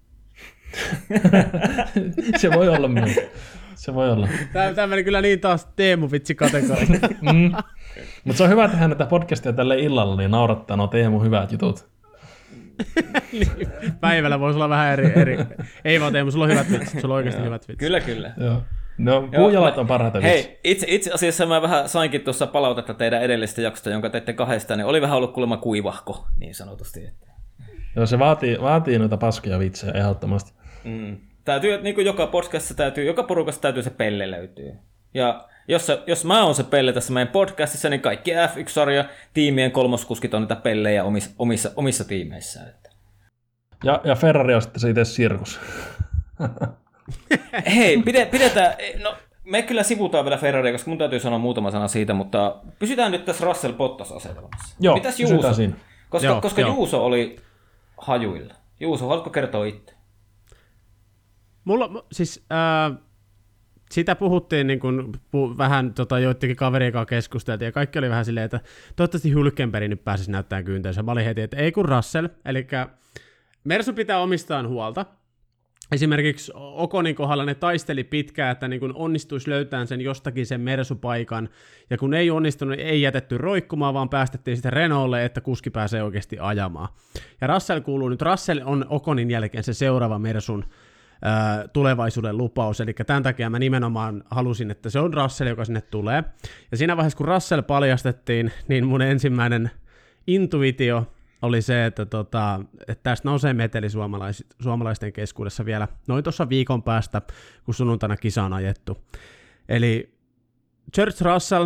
Se voi olla myös. Se voi olla. Tämä meni kyllä niin taas Teemu-vitsi-kategoria. mm. Mutta se on hyvä tehdä näitä podcastia tälle illalla, niin naurattaa nuo Teemu hyvät jutut. Päivällä voisi olla vähän eri, eri. Ei vaan Teemu, sulla on hyvät vitsit, sulla on oikeasti hyvät vitsit. Kyllä, kyllä. Joo. No, puujalat on parhaita vitsi. Hei, itse, itse asiassa mä vähän sainkin tuossa palautetta teidän edellisestä jaksosta, jonka teitte kahdestaan, niin oli vähän ollut kuulemma kuivahko, niin sanotusti. Joo, se vaatii, vaatii noita paskoja vitsejä ehdottomasti. Mm. Täytyy, niin kuin joka podcastissa täytyy, joka porukassa täytyy se pelle löytyy. Ja jos, se, jos mä oon se pelle tässä meidän podcastissa, niin kaikki F yksi -sarja tiimien kolmoskuskit on niitä pellejä omissa, omissa, omissa tiimeissään. Ja, ja Ferrari on sitten se itse sirkus. Hei, pidetään, no me kyllä sivutaan vielä Ferraria, koska mun täytyy sanoa muutama sana siitä, mutta pysytään nyt tässä Russell Bottas-asetelmassa. Joo, mitäs Juuso? siinä. Koska, joo, koska joo. Juuso oli hajuilla. Juuso, haluatko kertoa itse? Mulla, siis äh, sitä puhuttiin niin kun, pu, vähän tota, joidenkin kaverien kanssa keskusteltiin, ja kaikki oli vähän silleen, että toivottavasti Hülkenberg nyt pääsisi näyttämään kyyntänsä. Mä olin heti, että ei kun Russell, eli Mersu pitää omistaan huolta. Esimerkiksi Okonin kohdalla ne taisteli pitkään, että niin kun onnistuisi löytämään sen jostakin sen Mersu-paikan, ja kun ei onnistunut, niin ei jätetty roikkumaan, vaan päästettiin sitten Renaultille, että kuski pääsee oikeasti ajamaan. Ja Russell kuuluu nyt, Russell on Okonin jälkeen se seuraava Mersun ää, tulevaisuuden lupaus, eli tämän takia mä nimenomaan halusin, että se on Russell, joka sinne tulee. Ja siinä vaiheessa, kun Russell paljastettiin, niin mun ensimmäinen intuitio oli se, että, tota, että tästä nousee meteli suomalais, suomalaisten keskuudessa vielä noin tuossa viikon päästä, kun sunnuntaina kisa on ajettu. Eli George Russell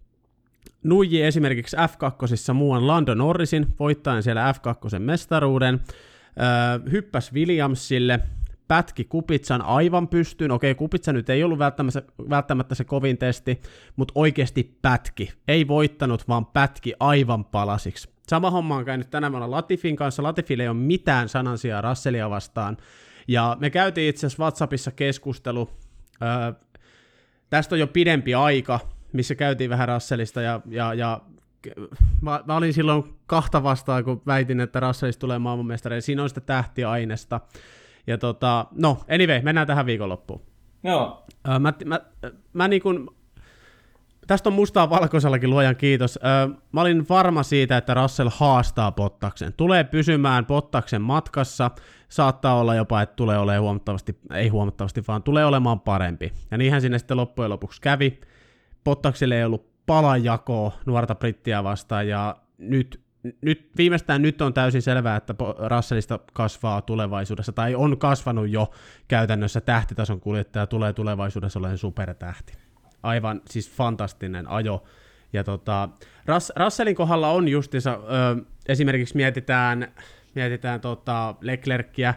nuiji esimerkiksi F kaksi muuan Lando Norrisin, voittaen siellä F kaksi mestaruuden, öö, hyppäsi Williamsille, pätki Kupitsan aivan pystyyn. Okei, Kupitsa nyt ei ollut välttämättä, välttämättä se kovin testi, mutta oikeasti pätki. Ei voittanut, vaan pätki aivan palasiksi. Sama homma on käynyt tänä vuonna Latifin kanssa. Latifille ei ole mitään sanansia Russellia vastaan. Ja me käytiin itse asiassa WhatsAppissa keskustelu. Öö, tästä on jo pidempi aika, missä käytiin vähän Russellista. Ja, ja, ja mä, mä olin silloin kahta vastaan, kun väitin, että Russellista tulee maailmanmestari. Siinä on sitä tähtiainesta. Ja tota, no, anyway, mennään tähän viikonloppuun. Joo. Öö, mä, mä, mä niin kuin... Tästä on mustaa valkoisellakin, luojan kiitos. Öö, mä olin varma siitä, että Russell haastaa Bottaksen. Tulee pysymään Bottaksen matkassa. Saattaa olla jopa, että tulee olemaan huomattavasti, ei huomattavasti, vaan tulee olemaan parempi. Ja niinhän sinne sitten loppujen lopuksi kävi. Bottakselle ei ollut palajakoa nuorta brittiä vastaan, ja nyt, nyt, viimeistään nyt on täysin selvää, että Russellista kasvaa tulevaisuudessa, tai on kasvanut jo käytännössä tähtitason kuljettaja, tulee tulevaisuudessa olemaan supertähti. Aivan siis fantastinen ajo. Ja tota, Rus, Russellin kohdalla on justiinsa, ö, esimerkiksi mietitään, mietitään tota Leclerckiä,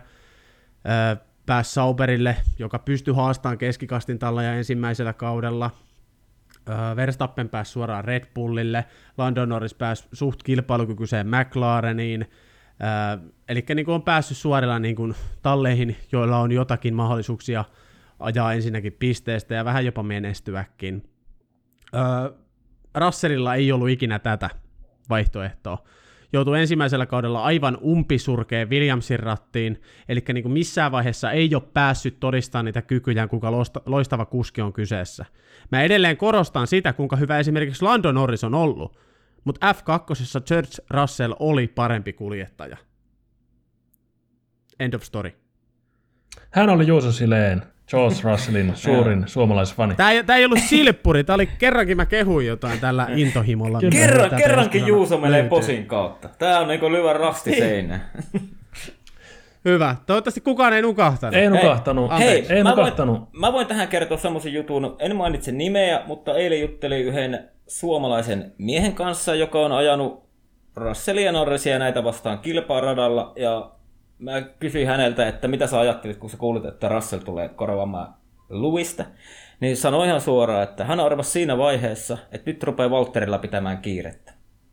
ö, pääsi Sauberille, joka pystyi haastamaan keskikastin talla ja ensimmäisellä kaudella. Verstappen pääsi suoraan Red Bullille, Lando Norris pääsi suht kilpailukykyiseen McLareniin, eli niin on päässyt suorilla niin kuin talleihin, joilla on jotakin mahdollisuuksia ajaa ensinnäkin pisteestä ja vähän jopa menestyäkin. Russellilla ei ollut ikinä tätä vaihtoehtoa. Joutui ensimmäisellä kaudella aivan umpisurkeen Williamsin rattiin, eli niin kuin missään vaiheessa ei ole päässyt todistamaan niitä kykyjään, kuinka loistava kuski on kyseessä. Mä edelleen korostan sitä, kuinka hyvä esimerkiksi Lando Norris on ollut, mutta F kaksi George Russell oli parempi kuljettaja. End of story. Hän oli Juuso Sileen, George Russellin suurin suomalaisfani. Tää ei, tää ei ollut silppuri, tää oli kerrankin mä kehuin jotain tällä intohimolla. Kerran, kerrankin Juuso menee posin kautta. Tää on niinku lyvän rasti seinään. Hyvä. Toivottavasti kukaan ei nukahtanut. Ei nukahtanut. Hei, ei, ei mä, nukahtanut. Voin, mä voin tähän kertoa semmoisen jutun. En mainitse nimeä, mutta eilen juttelin yhden suomalaisen miehen kanssa, joka on ajanut Russellia ja Norrisia näitä vastaan kilparadalla. Ja mä kysyin häneltä, että mitä sä ajattelit, kun sä kuulit, että Russell tulee korvaamaan Lewistä. Niin sanoi ihan suoraan, että hän arvasi siinä vaiheessa, että nyt rupeaa Valtterilla pitämään kiirettä.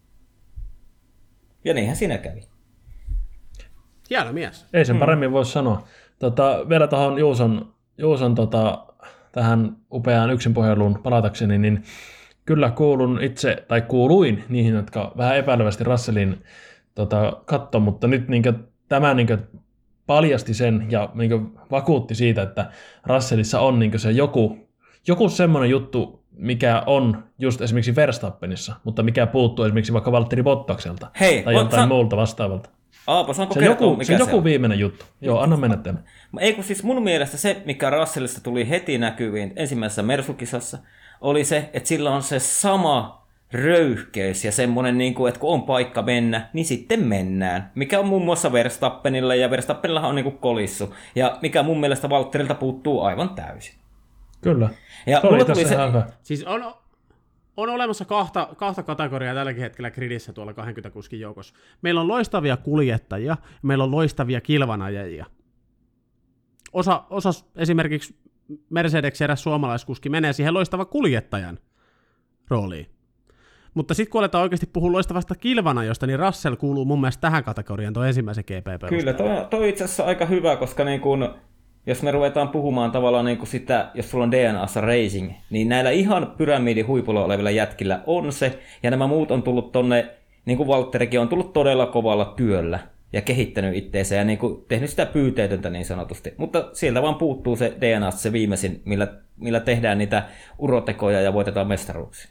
Ja niinhän siinä kävi. Hieno mies. Ei sen paremmin hmm. voi sanoa. Tota, vielä tuohon Juuson, Juuson tota, tähän upeaan yksinpuheluun palatakseni, niin kyllä kuulun itse, tai kuuluin niihin, jotka vähän epäilevästi Russellin tota, katto, mutta nyt niinkö, tämä niinkö paljasti sen ja niinkö vakuutti siitä, että Russellissa on niinkö se joku, joku semmoinen juttu, mikä on just esimerkiksi Verstappenissa, mutta mikä puuttuu esimerkiksi vaikka Valtteri Bottakselta Hei, tai jotain sa- muulta vastaavalta. Aapo, saanko se kertoa, joku, mikä se, se joku on? viimeinen juttu. Joo, anna mennä tämän. Ei kun siis mun mielestä se, mikä Russellista tuli heti näkyviin ensimmäisessä Mersukisassa, oli se, että sillä on se sama röyhkeys ja semmoinen, niin kuin, että kun on paikka mennä, niin sitten mennään. Mikä on muun muassa Verstappenilla, ja Verstappenillahan on niin kuin kolissu. Ja mikä mun mielestä Valtterilta puuttuu aivan täysin. Kyllä. Ja se oli mulla tässä tuli se, ihan hyvä. Siis on, on olemassa kahta, kahta kategoriaa tälläkin hetkellä gridissä tuolla kaksikymmentä kuskin joukossa. Meillä on loistavia kuljettajia ja meillä on loistavia kilvanajajia. Osa, osa esimerkiksi Mercedes eräs suomalaiskuski menee siihen loistavan kuljettajan rooliin. Mutta sitten kun aletaan oikeasti puhua loistavasta kilvanajosta, niin Russell kuuluu mun mielestä tähän kategoriaan tuon ensimmäisen G P-perusteella. Kyllä, toi, toi itse asiassa aika hyvä, koska niin kun, jos me ruvetaan puhumaan tavallaan niin kuin sitä, jos sulla on D N A:ssa racing, niin näillä ihan pyramidin huipulla olevilla jätkillä on se, ja nämä muut on tullut tonne, niin kuin Valtterikin on tullut todella kovalla työllä ja kehittänyt itteensä ja niin kuin tehnyt sitä pyyteetöntä niin sanotusti. Mutta sieltä vaan puuttuu se D N A:sta se viimeisin, millä, millä tehdään niitä urotekoja ja voitetaan mestaruuksia.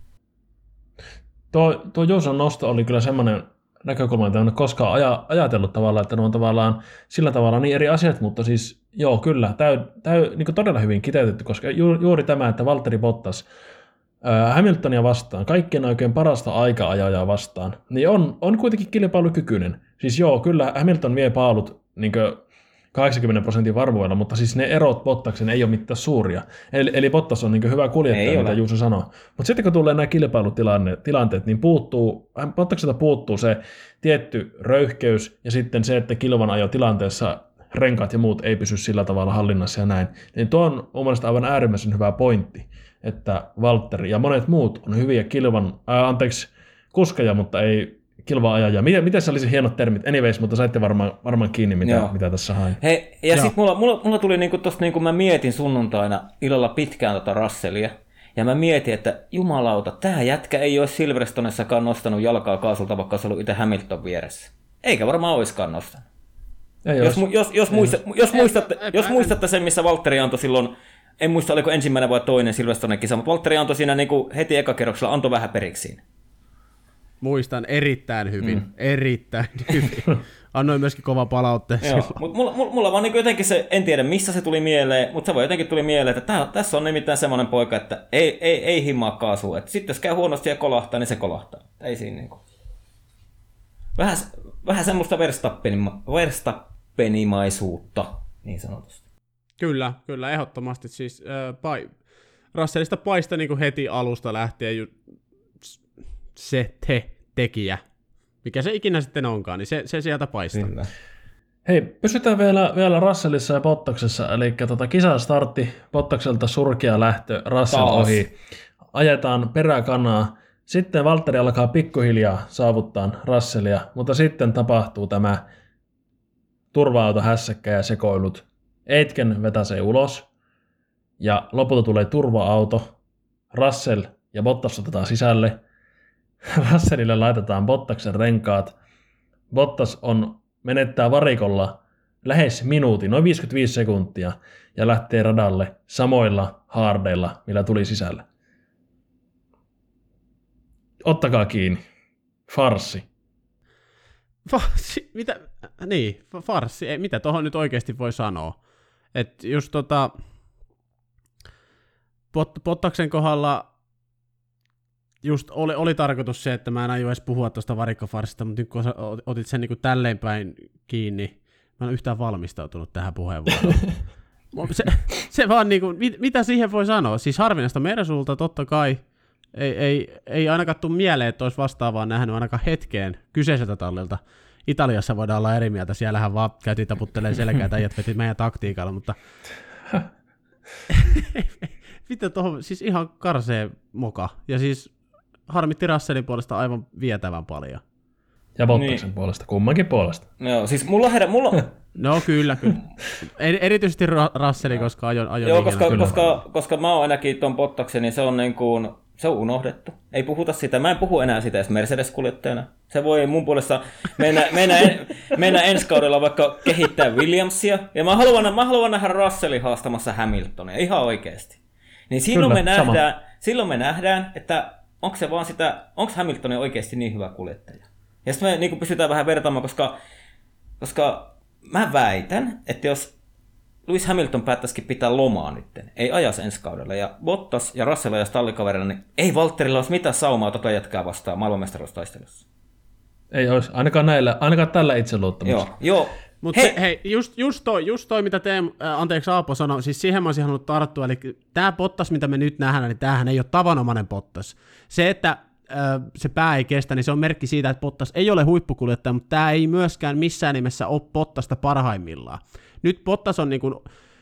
Tuo, tuo Juuson nosto oli kyllä semmoinen näkökulma, että en ole koskaan aja, ajatellut tavallaan, että ne on tavallaan sillä tavalla niin eri asiat, mutta siis joo, kyllä, täy, täy, niin todella hyvin kiteytetty, koska ju, juuri tämä, että Valtteri Bottas ää, Hamiltonia vastaan, kaikkien oikein parasta aika-ajajaa vastaan, niin on, on kuitenkin kilpailukykyinen. Siis joo, kyllä Hamilton vie paalut niin kahdeksankymmentä prosentin varmuudella, mutta siis ne erot Bottaksen ei ole mitään suuria. Eli, eli Bottas on niin hyvä kuljettaja, ei mitä ole. Juuso sanoo. Mutta sitten kun tulee nämä kilpailutilanteet, niin puuttuu, Bottakselta puuttuu se tietty röyhkeys ja sitten se, että kilvanajo tilanteessa renkaat ja muut ei pysy sillä tavalla hallinnassa ja näin. Niin tuo on mun mielestä aivan äärimmäisen hyvä pointti, että Valtteri ja monet muut on hyviä kilvan, ää, anteeksi, kuskeja, mutta ei kilva-ajajia. Miten, miten se olisi hienot termit? Anyways, mutta saitte varmaan, varmaan kiinni, mitä, mitä tässä hain. Hei, ja sitten mulla, mulla, mulla tuli niinku tosta, niinku mä mietin sunnuntaina illalla pitkään tota Russellia, ja mä mietin, että jumalauta, tää jätkä ei olisi Silverstonessakaan nostanut jalkaa kaasulta, vaikka olisi ollut itse Hamilton vieressä. Eikä varmaan oiskaan nostanut. Ei jos, olisi. jos, jos, muista, jos, muistatte, ei, jos ei, muistatte sen, missä Valtteri antoi silloin, en muista oliko ensimmäinen vai toinen Silverstonen kisa, mutta Valtteri antoi siinä niinku heti ekakerroksella, antoi vähän periksi siinä. Muistan erittäin hyvin, mm. erittäin hyvin. Annoin myöskin kova palautteen silloin. Mutta mulla, mulla, mulla vaan niin jotenkin se, en tiedä missä se tuli mieleen, mutta se vaan jotenkin tuli mieleen, että tää, tässä on nimittäin semmoinen poika, että ei, ei, ei himmaa kaasua. Sitten jos käy huonosti ja kolahtaa, niin se kolahtaa. Ei siinä niinku. Vähän, vähän semmoista verstappenima, verstappenimaisuutta, niin sanotusti. Kyllä, kyllä, ehdottomasti. Siis äh, pai, Russellista paista niin heti alusta lähtien ju, se te-tekijä, mikä se ikinä sitten onkaan, niin se, se sieltä paistaa. Kyllä. Hei, pysytään vielä, vielä Russellissa ja Bottaksessa, eli tota, kisan startti, Bottakselta surkea lähtö, Russell Taas. ohi. ajetaan peräkanaa. Sitten Valtteri alkaa pikkuhiljaa saavuttaa Russellia, mutta sitten tapahtuu tämä turva-auto hässäkkä ja sekoilut. Aitken vetäsee ulos ja lopulta tulee turva-auto. Russell ja Bottas otetaan sisälle. Russellille laitetaan Bottaksen renkaat. Bottas on, menettää varikolla lähes minuutin, noin viisikymmentäviisi sekuntia, ja lähtee radalle samoilla haardeilla, millä tuli sisälle. Ottakaa kiinni. Farssi. Farssi? Mitä? Niin, farssi. Ei, mitä tuohon nyt oikeasti voi sanoa? Että just tota... Pot- Bottaksen kohdalla just oli, oli tarkoitus se, että mä en aio edes puhua tuosta varikkofarsista, mutta nyt kun otit sen niin kuin tälleen päin kiinni, mä en ole yhtään valmistautunut tähän puheenvuoroon. se, se vaan niin kuin, mit, mitä siihen voi sanoa? Siis harvinaista Mersulta totta kai. Ei, ei, ei ainakaan tule mieleen, että olisi vastaavaa nähnyt ainakaan hetkeen kyseiseltä tallilta. Italiassa voidaan olla eri mieltä, siellähän vaan käytiin taputtelemaan selkää, että äijät veti meidän taktiikalla, mutta... Mitä tuohon, siis ihan karsee moka. Ja siis harmitti Russellin puolesta aivan vietävän paljon. Ja Bottaksen niin. puolesta, kummankin puolesta. Joo, siis mulla herä, mulla... No kyllä, kyllä. Erityisesti Russellin, koska ajon, ajon Joo, koska, koska, koska mä oon ainakin ton Bottaksen, niin se on niin kuin, se on unohdettu. Ei puhuta sitä, mä en puhu enää sitä edes Mercedes-kuljettajana. Se voi mun puolesta mennä, mennä, en, mennä ensi kaudella vaikka kehittää Williamsia. Ja mä haluan, mä haluan nähdä Russellin haastamassa Hamiltonia, ihan oikeasti. Niin silloin, Kyllä, me nähdään, silloin me nähdään, että onko se vaan sitä, onko Hamilton oikeasti niin hyvä kuljettaja. Ja sitten me niin pystytään vähän vertaamaan, koska, koska mä väitän, että jos Lewis Hamilton päättäisikin pitää lomaa nyt, ei ajas ensi kaudella, ja Bottas ja Russell ajas tallikaverilla, niin ei Valtterilla olisi mitään saumaa tota jätkää vastaan maailmanmestaruustaistelussa. Ei olisi, ainakaan, näillä, ainakaan tällä itseluottamuksella. Joo, joo. Mutta hei, hei just, just, toi, just toi, mitä Teemu, äh, anteeksi Aapo sanoi, siis siihen mä olisin halunnut tarttua, eli tämä Bottas, mitä me nyt nähdään, niin tämähän ei ole tavanomainen Bottas. Se, että äh, se pää ei kestä, niin se on merkki siitä, että Bottas ei ole huippukuljettaja, mutta tämä ei myöskään missään nimessä ole Bottasta parhaimmillaan. Nyt Bottas on niin kuin,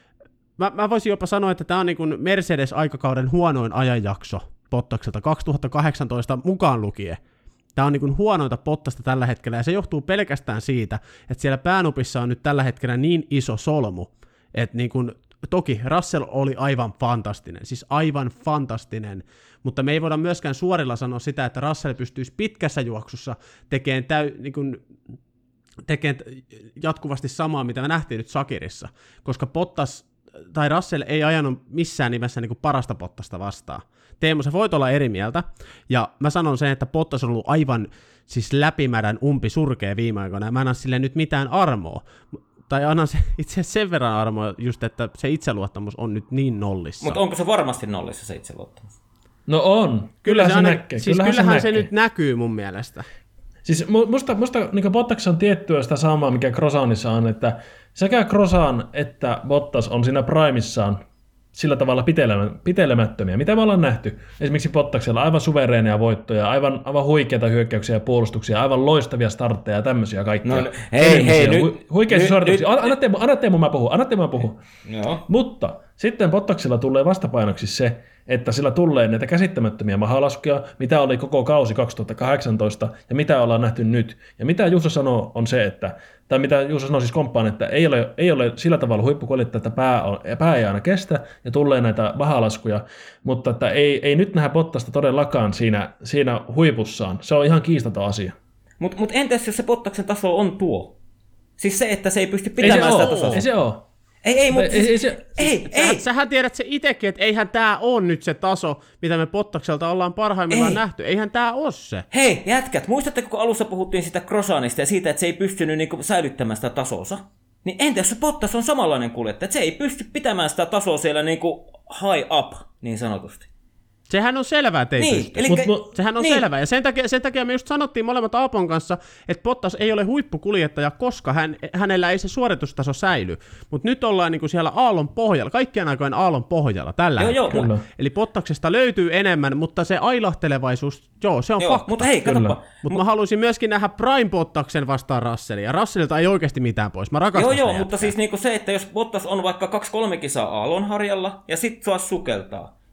mä, mä voisin jopa sanoa, että tämä on niin kuin Mercedes-aikakauden huonoin ajanjakso Bottakselta, kaksituhattakahdeksantoista mukaan lukien. Tämä on niin kuin huonointa Bottasta tällä hetkellä, ja se johtuu pelkästään siitä, että siellä päänupissa on nyt tällä hetkellä niin iso solmu, että niin kuin, toki Russell oli aivan fantastinen, siis aivan fantastinen, mutta me ei voida myöskään suorilla sanoa sitä, että Russell pystyisi pitkässä juoksussa tekemään, täy, niin kuin, tekemään jatkuvasti samaa, mitä me nähtiin nyt Sakirissa, koska Bottas tai Russell ei ajanut missään nimessä niin kuin parasta Bottasta vastaan. Teemu, sä voit olla eri mieltä, ja mä sanon sen, että Bottas on ollut aivan siis läpimärän umpi surkea viime aikoina, ja mä en anna sille nyt mitään armoa, tai annan se, itse asiassa sen verran armoa just, että se itseluottamus on nyt niin nollissa. Mutta onko se varmasti nollissa se itseluottamus? No on, kyllä, kyllä se, se näkee. Siis kyllähän, kyllähän se, se nyt näkyy mun mielestä. Siis musta, musta niin Bottaksessa on tiettyä sitä samaa, mikä Crossanissa on, että sekä Crossan että Bottas on siinä primissaan sillä tavalla pitelemättömiä, mitä me ollaan nähty. Esimerkiksi Bottaksella aivan suvereeneja voittoja, aivan, aivan huikeita hyökkäyksiä ja puolustuksia, aivan loistavia startteja ja tämmöisiä kaikkia. No, hei, hei, nyt... Hu- huikeisia suorituksia. Anna Teemu, anna Teemu mä puhun, anna Teemu mä puhun. Joo. Mutta sitten Bottaksella tulee vastapainoksi se, että sillä tulee näitä käsittämättömiä mahalaskuja, mitä oli koko kausi kaksituhattakahdeksantoista ja mitä ollaan nähty nyt. Ja mitä Juuso sanoo on se, että, tai mitä Juuso sanoo siis komppaan, että ei ole, ei ole sillä tavalla huippukuljettaja, että pää, on, pää ei aina kestä ja tulee näitä mahalaskuja, mutta että ei, ei nyt nähdä Bottasta todellakaan siinä, siinä huipussaan. Se on ihan kiistaton asia. Mutta mut entäs jos se Bottaksen taso on tuo? Siis se, että se ei pysty pitämään sitä tasoa. Ei se ole. Ei, ei, mutta ei, siis, ei, se, ei, siis, ei. Sähän, sähän tiedät se itsekin, että eihän tää ole nyt se taso, mitä me Bottakselta ollaan parhaimmillaan ei. nähty. Eihän tää ole se. Hei, jätkät, muistatteko, kun alussa puhuttiin sitä Crossanista ja siitä, että se ei pystynyt niinku säilyttämään sitä tasonsa? Niin entä jos se Bottas on samanlainen kuljettaja, että se ei pysty pitämään sitä tasoa siellä niinku high up, niin sanotusti. Sehän on selvää, että ei niin, pysty. Elikkä, Mut, Sehän on niin. selvää. Ja sen takia, sen takia me just sanottiin molemmat Aapon kanssa, että Bottas ei ole huippukuljettaja, koska hän, hänellä ei se suoritustaso säily. Mutta nyt ollaan niinku siellä aallon pohjalla, kaikkien aikojen aallon pohjalla tällä joo, hetkellä. Joo, Eli Bottaksesta löytyy enemmän, mutta se ailahtelevaisuus, joo, se on joo, fakta. Mutta hei, katsoppa. Mutta Mut mä haluaisin myöskin nähdä Prime Bottaksen vastaan Russellia. Russellilta ei oikeasti mitään pois. Mä rakastan Joo, joo, mutta siis niinku se, että jos Bottas on vaikka kaksi kolme kisaa aallonharjalla ja sit saa sukeltaa,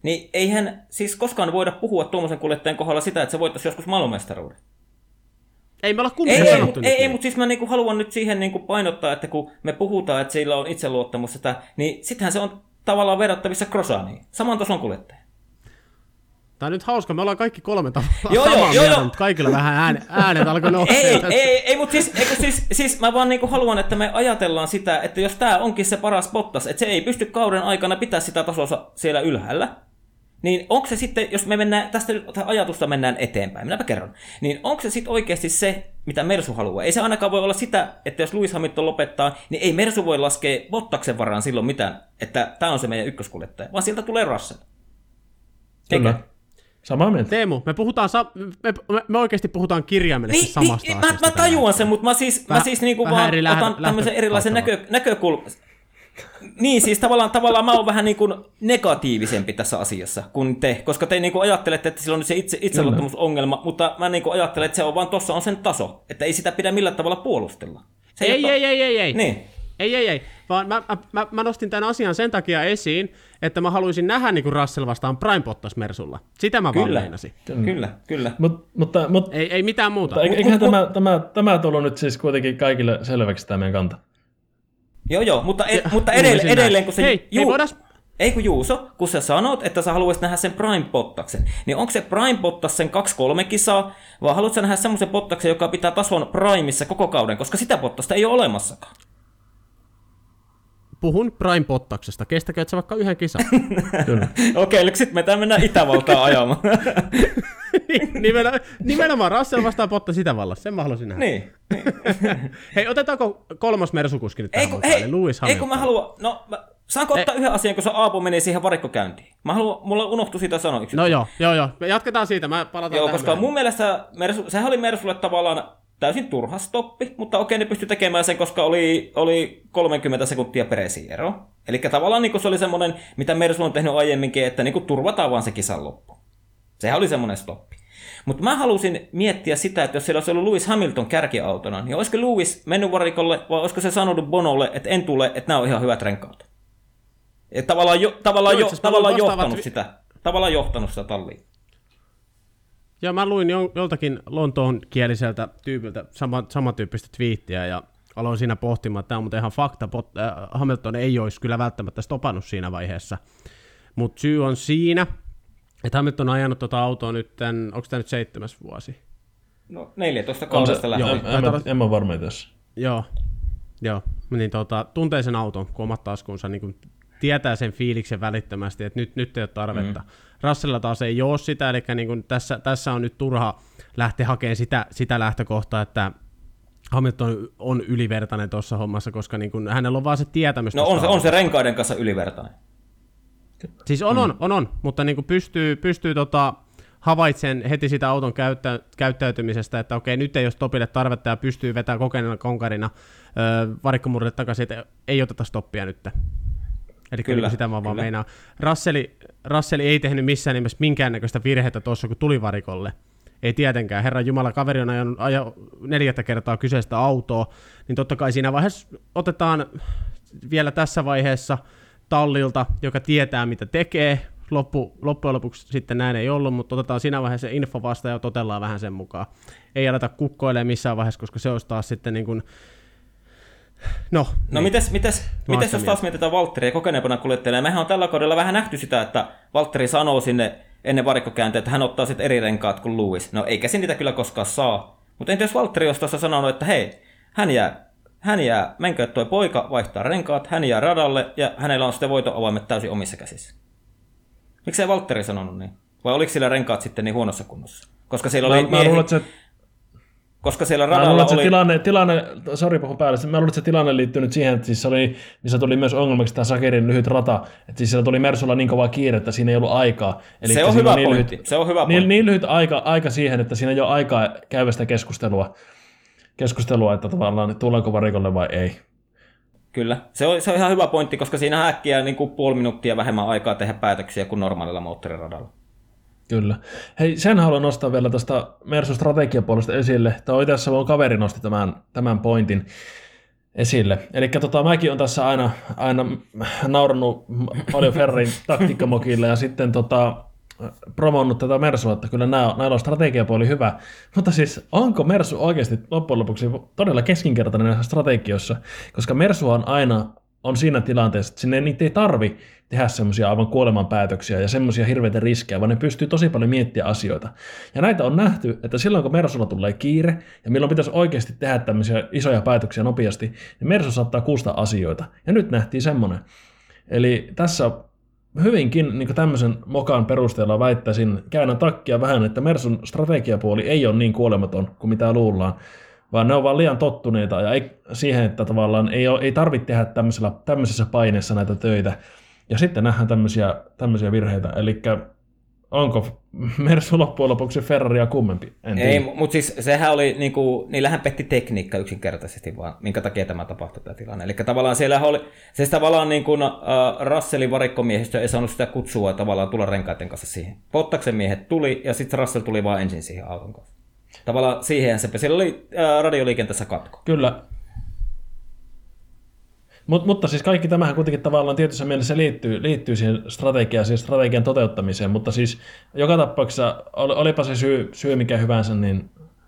niin eihän siis koskaan voida puhua tuommoisen kuljettajan kohdalla sitä, että se voittaisi joskus maailmanmestaruuden. Ei me olla Ei, kumpikaan ei, sanottu ei, nyt ei niin. mutta siis mä niinku haluan nyt siihen niinku painottaa, että kun me puhutaan, että sillä on itseluottamus, sitä, niin sittenhän se on tavallaan verrattavissa Grosjeaniin, saman tason kuljettaja. Tää on nyt hauska, me ollaan kaikki kolme tavallaan Joo, samaa joo, mieltä, joo. mutta kaikilla vähän ääne, äänet alkoi nousee. Ei, tässä. ei, ei, mutta siis, ei, siis, siis mä vaan niinku haluan, että me ajatellaan sitä, että jos tää onkin se paras Bottas, että se ei pysty kauden aikana pitää sitä tasoa siellä ylhäällä, niin onko se sitten, jos me mennään, tästä ajatusta mennään eteenpäin, minäpä kerron, niin onko se sitten oikeasti se, mitä Mersu haluaa? Ei se ainakaan voi olla sitä, että jos Lewis Hamilton lopettaa, niin ei Mersu voi laskea Bottaksen varaan silloin mitään, että tämä on se meidän ykköskuljettaja, vaan sieltä tulee Russell. Kyllä. Eikä? Samaa mieltä. Teemu, me, puhutaan, sa- me, me, me oikeasti puhutaan kirjaimellisesti Niin, samasta niin, asiasta. mä, mä tajuan sen, mutta mä siis, mä Väh- siis niinku vähän vaan eri lähtö- otan tämmöisen erilaisen näkö, lähtökautta. näkökulman. Niin, siis tavallaan, tavallaan mä oon vähän niin kuin negatiivisempi tässä asiassa kuin te, koska te niin kuin ajattelette, että sillä on se itse, itseluottamusongelma, mutta mä niin kuin ajattelen, että se on vaan tossa on sen taso, että ei sitä pidä millään tavalla puolustella. Se Ei, ole- ei, ei, ei, ei. Niin. Ei, ei, ei. Vaan mä, mä, mä, mä nostin tämän asian sen takia esiin, että mä haluaisin nähdä niin kuin Russell vastaan Prime Bottas Mersulla. Sitä mä vaan Kyllä, meinasin. kyllä, kyllä. Mut, mutta, mutta Ei, ei mitään muuta. eiköhän mut- tämä, tämä, tämä tullut nyt siis kuitenkin kaikille selväksi tämä meidän kanta. Joo, joo, mutta, e, Ja, mutta luulisin edelleen, näin. edelleen kun se... Hei, ei voidas- Ei kun Juuso, kun sä sanot, että sä haluaisit nähdä sen Prime Bottaksen, niin onko se Prime Bottas sen kaksi kolme kisaa, vai haluatko sä nähdä semmoisen Bottaksen, joka pitää tason Primeissa koko kauden, koska sitä Bottasta ei ole olemassakaan. Puhun Prime Bottaksesta. Kestäkö, että se vaikka yhden kisan? Kyllä. Okei, eli sitten me mennään Itävaltaan ajamaan. Nimenomaan, nimenomaan Russell vastaan Bottas Itävallassa. Sen mä haluaisin nähdä. niin. niin. Hei, otetaanko kolmas mersukuski nyt Ei, tähän kun, mukaan, hei, eli Lewis ei Hamilton. kun mä haluan, no mä, saanko ottaa yhden asian, kun se Aapo meni siihen varikkokäyntiin? Mä haluan, mulla unohtui siitä sanoa yksi. No joo, joo, joo. Me jatketaan siitä, mä palataan Joo, tähän koska myöhemmin. mun mielestä Mersu, sehän oli Mersulle tavallaan täysin turha stoppi, mutta okei, ne pystyi tekemään sen, koska oli, oli kolmekymmentä sekuntia Peresin ero. Eli tavallaan niin se oli semmoinen, mitä Mersu on tehnyt aiemminkin, että niin turvataan vaan se kisan loppu. Sehän oli semmoinen stoppi. Mutta mä halusin miettiä sitä, että jos siellä olisi ollut Lewis Hamilton kärkiautona, niin olisiko Lewis mennyt varikolle, vai olisiko se sanonut Bonolle, että en tule, että nämä on ihan hyvät renkaat. Et tavallaan jo, tavallaan Joo, jo, itse asiassa mä tavallaan luin vastaavat johtanut vi- sitä, tavallaan johtanut sitä talliin. Joo, mä luin jo- joltakin Lontoon kieliseltä tyypiltä sama, samantyyppistä twiittiä ja aloin siinä pohtimaan, että tämä on muuten ihan fakta. Bot, äh, Hamilton ei olisi kyllä välttämättä stopannut siinä vaiheessa. Mutta syy on siinä, että Hamilton on ajanut tuota autoa nyt, onko tämä nyt seitsemäs vuosi? No neljätoista On se- kaudesta joo. lähtien. En, en, mä- en mä ole varma tässä. Joo, joo. Niin tota, tuntee sen auton, kun omat taskunsa, niin kun tietää sen fiiliksen välittömästi, että nyt, nyt ei ole tarvetta. Mm. Russellilla taas ei ole sitä, eli niin kun tässä, tässä on nyt turha lähteä hakemaan sitä, sitä lähtökohtaa, että Hamilton on ylivertainen tuossa hommassa, koska niin kun hänellä on vaan se tietämys. No tosta on se, on se autosta. renkaiden kanssa ylivertainen. Siis on, on, on, on, mutta niin kuin pystyy, pystyy tota, havaitsemaan heti sitä auton käyttä, käyttäytymisestä, että okei, nyt ei ole stopille tarvetta ja pystyy vetämään kokeneena konkarina öö, varikkomurille takaisin, että ei oteta stoppia nyt. Eli kyllä, sitä mä vaan meinaan. Russell, Russell ei tehnyt missään nimessä minkäännäköistä virhettä tuossa, kun tuli varikolle. Ei tietenkään. Herran Jumala, kaveri on ajanut ajo neljättä kertaa kyseistä autoa, niin totta kai siinä vaiheessa otetaan vielä tässä vaiheessa tallilta, joka tietää, mitä tekee. Loppu, loppujen lopuksi sitten näin ei ollut, mutta otetaan siinä vaiheessa se info vasta ja totellaan vähän sen mukaan. Ei aleta kukkoilemaan missään vaiheessa, koska se olisi taas sitten niin kuin... No, No niin. mites, mites, mites jos mieltä. taas mietitään Valtteria kokeneempana kuljettajana? Mehän on tällä kaudella vähän nähty sitä, että Valtteri sanoo sinne ennen varikkokääntöä, että hän ottaa sitten eri renkaat kuin Lewis. No eikä se niitä kyllä koskaan saa. Mutta entä jos Valtteri olisi tuossa sanonut, että hei, hän jää, hän jää, menkö toi poika vaihtaa renkaat, hän jää radalle ja hänellä on sitten voiton avaimet täysin omissa käsissä. Miksei Valtteri sanonut niin? Vai oliko sillä renkaat sitten niin huonossa kunnossa? Koska siellä oli Mä, mä miehi, luulen, että se, koska siellä mä luulen, radalla että se oli... tilanne, tilanne, sori puhun päälle, mä luulen, että se tilanne liittyy nyt siihen, että siis se oli, missä tuli myös ongelmaksi tämä Sakirin lyhyt rata, että siis siellä tuli Mersulla niin kova kiire, että siinä ei ollut aikaa. Eli Se on siinä hyvä niin pointti, lyhyt, se on hyvä niin, pointti. niin lyhyt aika, aika siihen, että siinä ei ole aikaa käydä sitä keskustelua, keskustelua, että tavallaan tullaanko varikolle vai ei. Kyllä, se on, se on ihan hyvä pointti, koska siinä äkkiä niin kuin puoli minuuttia vähemmän aikaa tehdä päätöksiä kuin normaalilla moottoriradalla. Kyllä. Hei, sen haluan nostaa vielä tästä Mersun strategiapuolesta esille. Tämä itse asiassa mun kaveri nosti tämän, tämän pointin. esille. Eli tota, mäkin on tässä aina, aina naurannut paljon Ferrarin taktiikkamokille ja sitten tota, promonnut tätä Mersua, että kyllä nämä, näillä on strategiapuoli hyvä. Mutta siis onko Mersu oikeasti loppujen lopuksi todella keskinkertainen näissä strategioissa? Koska Mersu on aina on siinä tilanteessa, että sinne niitä ei tarvi tehdä semmoisia aivan kuolemanpäätöksiä ja semmoisia hirveitä riskejä, vaan ne pystyy tosi paljon miettimään asioita. Ja näitä on nähty, että silloin kun Mersulla tulee kiire ja milloin pitäisi oikeasti tehdä tämmöisiä isoja päätöksiä nopeasti, niin Mersu saattaa kuustaa asioita. Ja nyt nähtiin semmoinen. Eli tässä hyvinkin niin tämmöisen mokan perusteella väittäisin, käännän takkia vähän, että Mersun strategiapuoli ei ole niin kuolematon kuin mitä luullaan, vaan ne on vaan liian tottuneita ja ei, siihen, että tavallaan ei, ole, ei tarvitse tehdä tämmöisessä paineessa näitä töitä. Ja sitten nähdään tämmöisiä, tämmöisiä virheitä. Eli onko Mersu loppujen lopuksi Ferraria kummempi? En ei, mutta siis sehän oli, niinku, niillähän petti tekniikka yksinkertaisesti vaan, minkä takia tämä tapahtui tämä tilanne. Eli tavallaan siellä oli, siis tavallaan niin kuin uh, Russellin varikkomiehistö ei saanut sitä kutsua tavallaan tulla renkaiden kanssa siihen. Bottaksen miehet tuli ja sitten Russell tuli vaan ensin siihen auton kanssa. Tavallaan siihen se, siellä oli uh, radioliikenteessä katko. Kyllä. Mut, mutta siis kaikki tämähän kuitenkin tavallaan tietyssä mielessä liittyy, liittyy siihen strategiaan, siihen strategian toteuttamiseen, mutta siis joka tapauksessa, olipa se syy, syy mikä hyvänsä, niin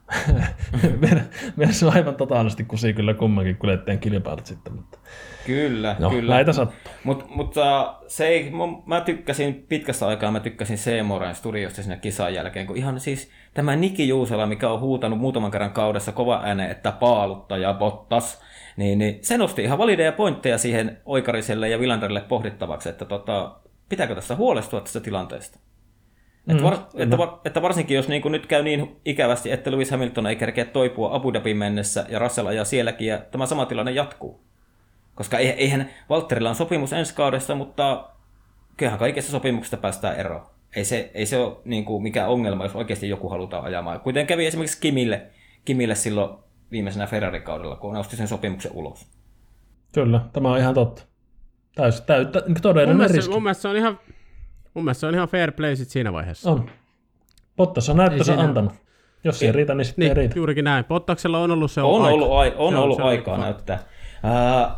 Mersu on aivan totaalisesti kusi kyllä kummankin kuljettajan kilpailut sitten. Mutta kyllä, no, kyllä. Näitä sattuu. Mut, mutta se ei, mä tykkäsin pitkästä aikaa, mä tykkäsin Seemoren studiosta siinä kisan jälkeen, kun ihan siis tämä Niki Juusala, mikä on huutanut muutaman kerran kaudessa kova ääneen, että paaluttaja Bottas, Niin, niin se nosti ihan valideja pointteja siihen Oikariselle ja Villanderille pohdittavaksi, että tota, pitääkö tässä huolestua tästä tilanteesta. Mm, että, var, että, var, että varsinkin jos niin kuin nyt käy niin ikävästi, että Lewis Hamilton ei kerkeä toipua Abu Dhabin mennessä ja Russell ajaa sielläkin ja tämä sama tilanne jatkuu. Koska eihän Valtterilla on sopimus ensi kaudessa, mutta kyllähän kaikessa sopimuksesta päästään eroon. Ei se, ei se ole niin kuin mikään ongelma, jos oikeasti joku halutaan ajamaan. Kuten kävi esimerkiksi Kimille, Kimille silloin viimeisenä Ferrari-kaudella, kun nosti sen sopimuksen ulos. Kyllä, tämä on ihan totta. Täys, täys, todellinen mun riski. Mun mielestä se on ihan, mun mielestä se on ihan fair play sit siinä vaiheessa. On. Bottas on näyttönsä siinä antanut. Jos ei, ei riitä, niin sitten niin, ei riitä. Juurikin näin. Bottaksella on ollut se on aika. Ollut, ai, on se ollut se aikaa näyttää. Uh,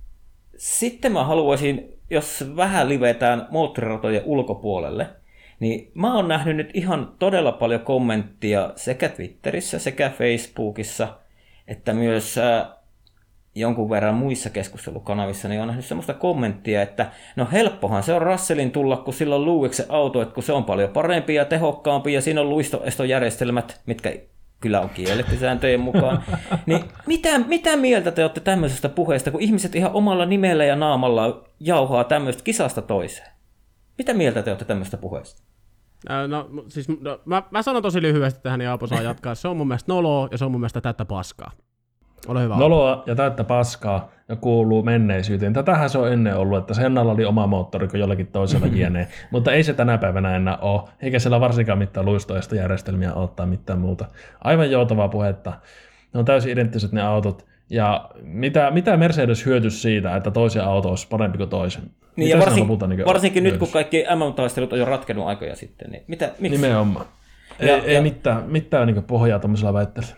sitten mä haluaisin, jos vähän livetään moottoriratojen ulkopuolelle, niin mä oon nähnyt nyt ihan todella paljon kommenttia sekä Twitterissä sekä Facebookissa, että myös äh, jonkun verran muissa keskustelukanavissa, niin on nähnyt semmoista kommenttia, että no helppohan se on Russellin tulla, kun sillä on Lewisin auto, että kun se on paljon parempi ja tehokkaampi ja siinä on luistoestojärjestelmät, mitkä kyllä on kielletty sääntöjen mukaan. Niin mitä, mitä mieltä te olette tämmöisestä puheesta, kun ihmiset ihan omalla nimellä ja naamalla jauhaa tämmöistä kisasta toiseen? Mitä mieltä te olette tämmöistä puheesta? No, siis, no, mä, mä sanon tosi lyhyesti tähän, ja Aapo saa jatkaa. Se on mun mielestä noloa, ja se on mun mielestä täyttä paskaa. Ole hyvä. Noloa ja täyttä paskaa, ja kuuluu menneisyyteen. Tätähän se on ennen ollut, että Sennalla oli oma moottori kuin jollakin toisella jne. Mutta ei se tänä päivänä enää ole, eikä siellä varsinkaan mitään luistoista järjestelmiä ole tai mitään muuta. Aivan joutavaa puhetta. Ne on täysin identtiset ne autot. Ja mitä, mitä Mercedes hyötyisi siitä, että toisen auto olisi parempi kuin toisen? Niin ja varsin, niin varsinkin nyt, kun kaikki M M-taistelut on jo ratkennut aikoja sitten. Niin mitä, miksi? Nimenomaan. Ei, ja, ei ja, mitään, mitään niin pohjaa tämmöisellä väitteellä.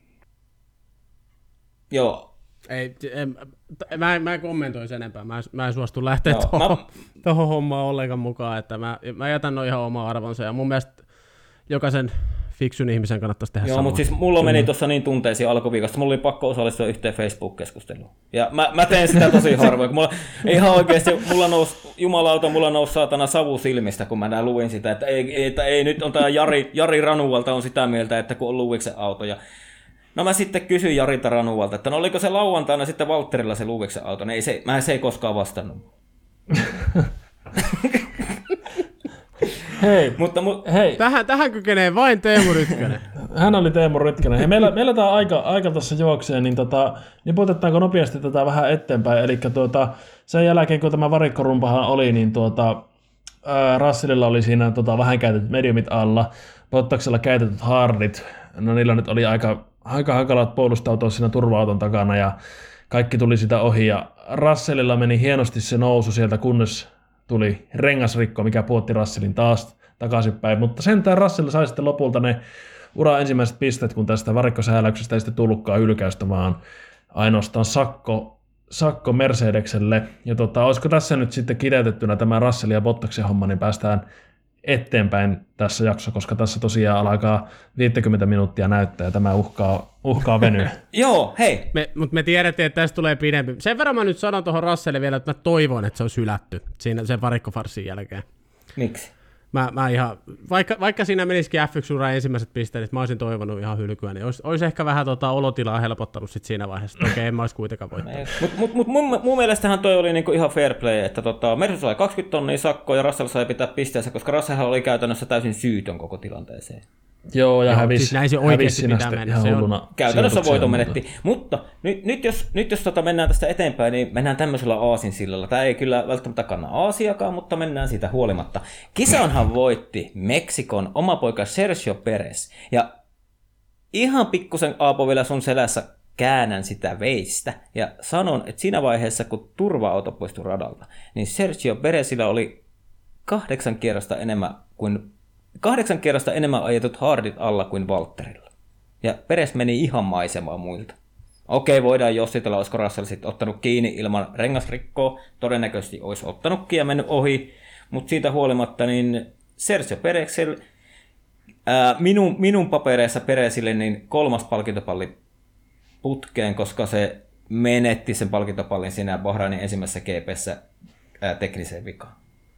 Joo. Ei, en, mä, en, mä en kommentoisi enempää. Mä, mä en suostu lähteä no, tuohon, mä... tuohon hommaan ollenkaan mukaan. Että mä, mä jätän noin ihan oma arvonsa. Ja mun mielestä jokaisen fiksun ihmisen kannattaisi tehdä Joo, samaa. mutta siis mulla meni tuossa niin tunteisiin alkuviikosta. Mulla oli pakko osallistua yhteen Facebook-keskusteluun. Ja mä, mä teen sitä tosi harvoin. Mulla, ihan oikeasti, mulla nousi, jumalauta, mulla nousi saatana savu silmistä, kun mä luin sitä, että ei, että ei nyt on tää Jari, Jari Ranuvalta on sitä mieltä, että kun on Luviksen auto. Ja no mä sitten kysyin Jarilta Ranuvalta, että no oliko se lauantaina sitten Valtterilla se Luviksen auto. Ei se, mä se ei koskaan vastannut. Hei, mutta, mu- hei. Tähän, tähän kykenee vain Teemu Rytkönen. Hän oli Teemu Rytkönen. Hei, meillä, meillä tämä aika, aika tuossa juoksee, niin tota, niputetaanko nopeasti tätä vähän eteenpäin. Eli tuota, sen jälkeen, kun tämä varikkorumpahan oli, niin tuota, ää, Russellilla oli siinä tota, vähän käytetyt mediumit alla, Bottaksella käytetyt hardit. No niillä nyt oli aika, aika hankalat puolustautua siinä turva-auton takana ja kaikki tuli sitä ohi. Ja Russellilla meni hienosti se nousu sieltä, kunnes tuli rengasrikko, mikä puotti Russellin taas takaisinpäin, mutta sentään Russell sai sitten lopulta ne ura ensimmäiset pisteet, kun tästä varikkosääläyksestä ei sitten tullutkaan hylkäystä, vaan ainoastaan sakko, sakko Mercedekselle. Ja tota, olisiko tässä nyt sitten kiteytettynä tämä Russell ja Bottaksen homma, niin päästään eteenpäin tässä jaksossa, koska tässä tosiaan alkaa viisikymmentä minuuttia näyttää ja tämä uhkaa, uhkaa venyä. Joo, hei. Me, mutta me tiedettiin, että tästä tulee pidempi. Sen verran mä nyt sanon tuohon Russellille vielä, että mä toivon, että se olisi hylätty siinä sen varikkofarsin jälkeen. Miksi? Mä, mä ihan, vaikka, vaikka siinä menisikin F yksi -uran ensimmäiset pisteet, niin mä olisin toivonut ihan hylkyä, niin olisi, olisi ehkä vähän tota olotilaa helpottanut sit siinä vaiheessa. Okei, okay, en mä olisi kuitenkaan voittanut. Mutta mut, mut, mun, mun mielestähän toi oli niinku ihan fair play, että tota, Mersu sai kaksikymmentä tonnia sakkoa ja Russell sai pitää pisteensä, koska Russell oli käytännössä täysin syytön koko tilanteeseen. Joo, ja Joo, hävisi, siis näin se hävisi oikeasti siinä pitää sitten mennä. ihan Se on- hulluna Käytännössä sijoitukseen, voito mutta- menetti. Mutta nyt, nyt jos, nyt jos tota mennään tästä eteenpäin, niin mennään tämmöisellä aasinsillalla. Tämä ei kyllä välttämättä kanna Aasiakaan, mutta mennään siitä huolimatta. Kisanhan voitti Meksikon oma poika Sergio Perez. Ja ihan pikkusen Aapo vielä sun selässä käännän sitä veistä ja sanon, että siinä vaiheessa, kun turva-auto poistui radalta, niin Sergio Perezillä oli kahdeksan kierrosta enemmän kuin kahdeksan kierrosta enemmän ajetut hardit alla kuin Valtterilla. Ja Perez meni ihan maisemaan muilta. Okei, voidaan jossitella, olisiko Russell sitten ottanut kiinni ilman rengasrikkoa. Todennäköisesti olisi ottanutkin ja mennyt ohi. Mutta siitä huolimatta, niin Sergio Perezillä, ää, minun, minun papereissa Perezille niin kolmas palkintopalli putkeen, koska se menetti sen palkintopallin siinä Bahrainin ensimmäisessä G P:ssä ää, tekniseen vikaan.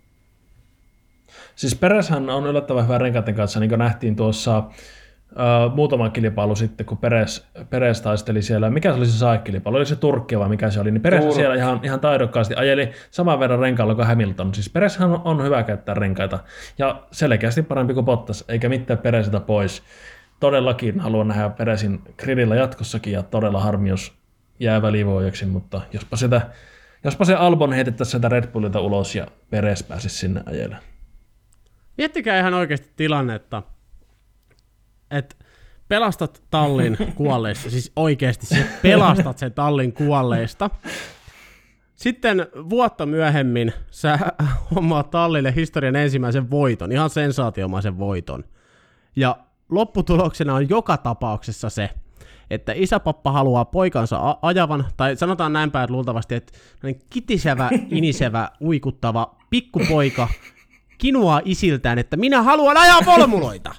Siis Perezhän on yllättävän hyvä renkaiden kanssa, niin kuin nähtiin tuossa uh, muutama kilpailu sitten, kun Perez, Perez taisteli siellä. Mikä se oli se saekilpailu? Oli se Turkki vai mikä se oli? Niin Perez Turkki. siellä ihan, ihan taidokkaasti ajeli saman verran renkaalla kuin Hamilton. Siis Perezhän on hyvä käyttää renkaita ja selkeästi parempi kuin Bottas, eikä mitään Pereziltä pois. Todellakin haluan nähdä Perezin gridillä jatkossakin ja todella harmi, jos jää välivuojaksi, mutta jospa, sitä, jospa se Albon heitettäisiin sieltä Red Bullilta ulos ja Perez pääsisi sinne ajelemaan. Miettikää ihan oikeasti tilannetta, että pelastat tallin kuolleista, siis oikeasti siis pelastat sen tallin kuolleista. Sitten vuotta myöhemmin sä hommaat tallille historian ensimmäisen voiton, ihan sensaatiomaisen voiton. Ja lopputuloksena on joka tapauksessa se, että isäpappa haluaa poikansa a- ajavan, tai sanotaan näin päin luultavasti, että kitisevä, inisevä, uikuttava pikkupoika kinuaa isiltään, että minä haluan ajaa volmuloita.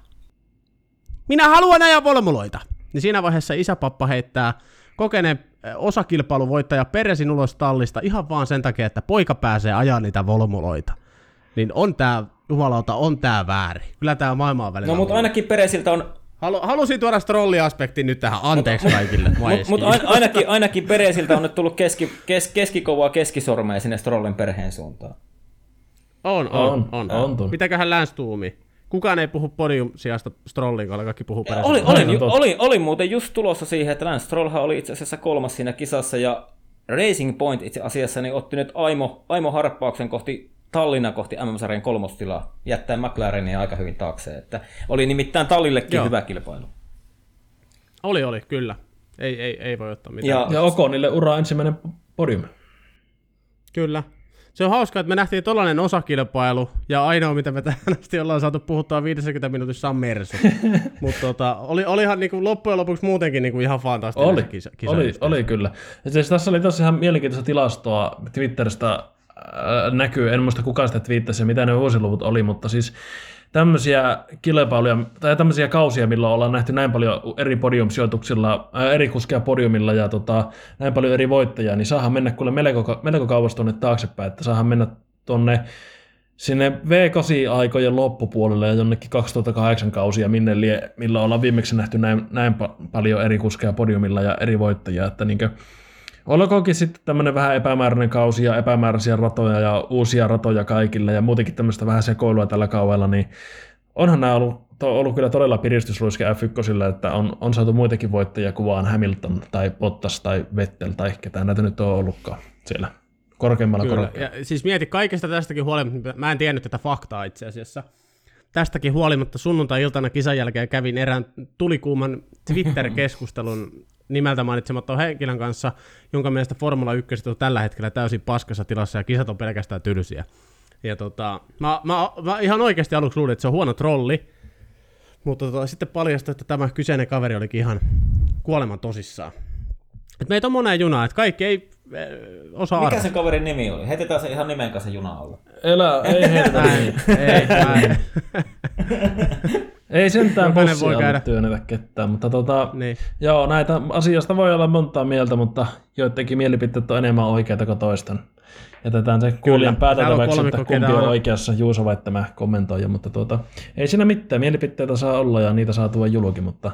Minä haluan ajaa volmuloita. Niin siinä vaiheessa isäpappa heittää kokeneen osakilpailuvoittaja Perezin ulos tallista ihan vaan sen takia, että poika pääsee ajaa niitä volmuloita. Niin on tää, jumalauta, on tää väärin. Kyllä tää maailma on välillä. No mutta ainakin Pereziltä on Halu, halusin tuoda strolliaspektin nyt tähän. Anteeksi mut, kaikille. Mutta mut ainakin, ainakin Pereziltä on nyt tullut keski, kes, keskikovaa keskisormea sinne Strollin perheen suuntaan. On, on, On, on. on, on. Mitäköhän Lance tuumi? Kukaan ei puhu podium sijasta Strollin, koska kaikki puhuu Perezin. Oli, Aivan olin, ju, totta. olin, olin muuten just tulossa siihen, että Lance Strollhan oli itse asiassa kolmas siinä kisassa, ja Racing Point itse asiassa niin otti nyt aimo, aimo harppauksen kohti Tallinna kohti M M-sarjan kolmostilaa, jättäen McLarenia aika hyvin taakse. Että oli nimittäin Tallillekin Joo. hyvä kilpailu. Oli, oli, kyllä. Ei, ei, ei voi ottaa mitään. Ja- Ja Oconille ura ensimmäinen podium. Kyllä. Se on hauskaa, että me nähtiin tollainen osakilpailu, ja ainoa, mitä me tähän asti ollaan saatu puhuttaa viisikymmentä minuutissa on Mersu. Mutta tota, oli, olihan niinku loppujen lopuksi muutenkin niinku ihan fantastinen Oli, se kisa, kisa oli, oli kyllä. Ja siis tässä oli tosiaan ihan mielenkiintoista tilastoa. Twitteristä äh, näkyy, en muista kuka sitä twiittasi ja mitä ne vuosiluvut oli, mutta siis tämmöisiä kilpailuja, tai tämmöisiä kausia, milloin ollaan nähty näin paljon eri podiumsijoituksilla, äh, eri kuskia podiumilla ja tota, näin paljon eri voittajia, niin saadaan mennä kuule melko, melko kauas tuonne taaksepäin, että saadaan mennä tuonne sinne V kahdeksan-aikojen loppupuolelle ja jonnekin kaksituhattakahdeksan kausia, minne lie, milloin ollaan viimeksi nähty näin, näin pa- paljon eri kuskeja podiumilla ja eri voittajia, että niinkö, olkoonkin sitten tämmöinen vähän epämääräinen kausi ja epämääräisiä ratoja ja uusia ratoja kaikille ja muutenkin tämmöistä vähän sekoilua tällä kaudella, niin onhan nämä ollut, to, ollut kyllä todella piristysruiske F yksi, että on, on saatu muitakin voittajia kuin vaan Hamilton tai Bottas tai Vettel tai ketään näitä nyt on ollutkaan siellä korkeammalla Kyllä. korkealla. Ja siis mieti kaikesta tästäkin huolimatta, mä en tiennyt tätä faktaa itse asiassa. Tästäkin huolimatta sunnuntai-iltana kisan jälkeen kävin erään tulikuuman Twitter-keskustelun nimeltä mainitsematon henkilön kanssa, jonka mielestä Formula yksi on tällä hetkellä täysin paskassa tilassa ja kisat on pelkästään tylsiä. Ja tota, mä, mä, mä ihan oikeasti aluksi luulin, että se on huono trolli, mutta tota, sitten paljastui, että tämä kyseinen kaveri olikin ihan kuoleman tosissaan. Et meitä on moneen junaan, että kaikki ei äh, osaa Mikä arvata. se kaverin nimi oli? Heitetään se ihan nimen kanssa juna alla. Elä, ei heitä ei, ei, ei. Ei sentään Jokainen bossia voi käydä. alle työnnetä ketään, mutta tota, Niin. joo, näitä asioista voi olla montaa mieltä, mutta joidenkin mielipiteet on enemmän oikeita kuin toisten. Jätetään se kuulijan pääteltäväksi, Täällä on että kolmikko, kumpi ketä on on- oikeassa, Juuso vai tämä kommentoija, mutta tuota, ei siinä mitään, mielipiteitä saa olla ja niitä saa tuoda julki, mutta,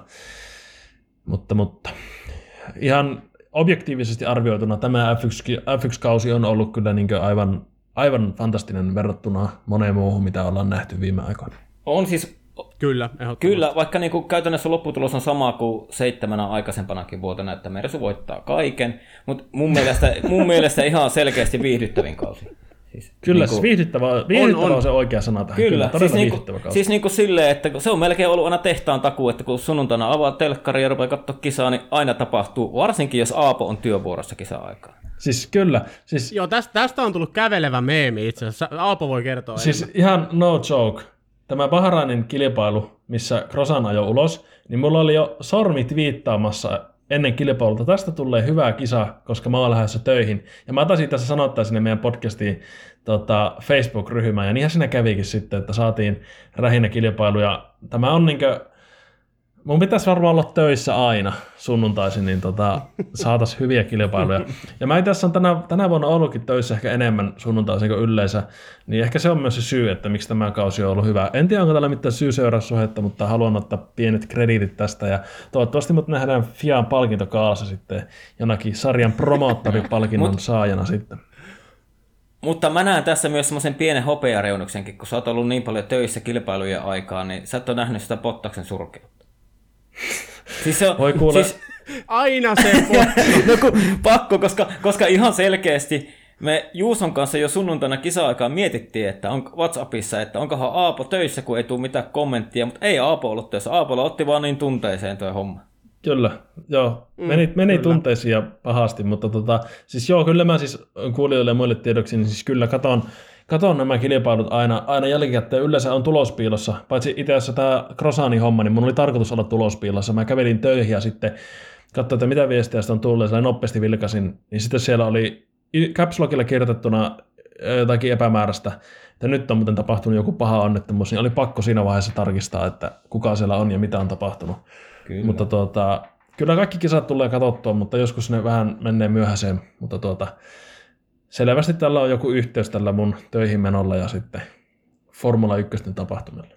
mutta, mutta ihan objektiivisesti arvioituna tämä F yksi, F yksi-kausi on ollut kyllä niin aivan, aivan fantastinen verrattuna moneen muuhun, mitä ollaan nähty viime aikoina. On siis, Kyllä, ehdottomasti. kyllä, vaikka niinku käytännössä lopputulos on sama kuin seitsemänä aikaisempanakin vuotena, että Mersu voittaa kaiken, mutta mun mielestä, mun mielestä ihan selkeästi viihdyttävin kausi. Siis, Kyllä, niinku- siis viihdyttävä, viihdyttävä on, on. on se oikea sana tähän. Kyllä, Kyllä, todella siis, niinku, viihdyttävä kausi. siis niinku silleen, että se on melkein ollut aina tehtaan takuu, että kun sunnuntaina avaa telkkari ja rupeaa katsoa kisaa, niin aina tapahtuu, varsinkin jos Aapo on työvuorossa kisa-aikaa. Siis kyllä, siis, Joo, tästä, tästä on tullut kävelevä meemi itse asiassa. Aapo voi kertoa siis enemmän. ihan no joke. Tämä Bahrainin kilpailu, missä Crozan ajoi ulos, niin mulla oli jo sormit viittaamassa ennen kilpailulta. Tästä tulee hyvä kisa, koska mä oon lähdössä töihin. Ja mä taisin tässä sanottaa sinne meidän podcastiin tota, Facebook-ryhmään, ja niinhän siinä kävikin sitten, että saatiin rähinä kilpailu. Ja tämä on niinkö, mun pitäisi varmaan olla töissä aina sunnuntaisin, niin tota, saataisiin hyviä kilpailuja. Ja mä itse asiassa on tänä, tänä vuonna ollutkin töissä ehkä enemmän sunnuntaisin kuin yleensä, niin ehkä se on myös se syy, että miksi tämä kausi on ollut hyvä. En tiedä, onko tällä mitään syy-seuraussuhdetta, mutta haluan ottaa pienet krediitit tästä. Ja toivottavasti mut nähdään Fian palkintokaalassa sitten jonakin sarjan promoottari-palkinnon saajana sitten. Mutta mä näen tässä myös semmoisen pienen hopeareunuksenkin, kun sä oot ollut niin paljon töissä kilpailujen aikaan, niin sä et ole nähnyt sitä Bottaksen surkeutta. Siis se on, Voi kuule- siis, Aina se no kun, pakko, koska, koska ihan selkeästi me Juuson kanssa jo sunnuntaina kisa-aikaan mietittiin, että on WhatsAppissa, että onkohan Aapo töissä, kun ei tule mitään kommenttia, mutta ei Aapo ollut töissä. Aapolla otti vaan niin tunteeseen tuo homma. Kyllä, joo. Meni, meni kyllä. tunteisiin ja pahasti, mutta tota, siis joo, kyllä mä siis kuulijoille ja muille tiedoksi, niin siis kyllä katon, katon nämä kilpailut aina, aina jälkikäteen. Yleensä on tulospiilossa, paitsi itse asiassa tämä Crozanin homma, niin mun oli tarkoitus olla tulospiilossa. Mä kävelin töihin ja sitten katsoin, että mitä viestejä sitä on tullut, ja nopeasti vilkasin, niin sitten siellä oli Caps Lockilla kirjoitettuna jotakin epämääräistä, että nyt on muuten tapahtunut joku paha onnettomuus, niin oli pakko siinä vaiheessa tarkistaa, että kuka siellä on ja mitä on tapahtunut. Kyllä. Mutta tuota, kyllä kaikki kisat tulee katsottua, mutta joskus ne vähän menee myöhäiseen, mutta tuota, selvästi tällä on joku yhteys tällä mun töihin menolla ja sitten Formula yksi tapahtumilla.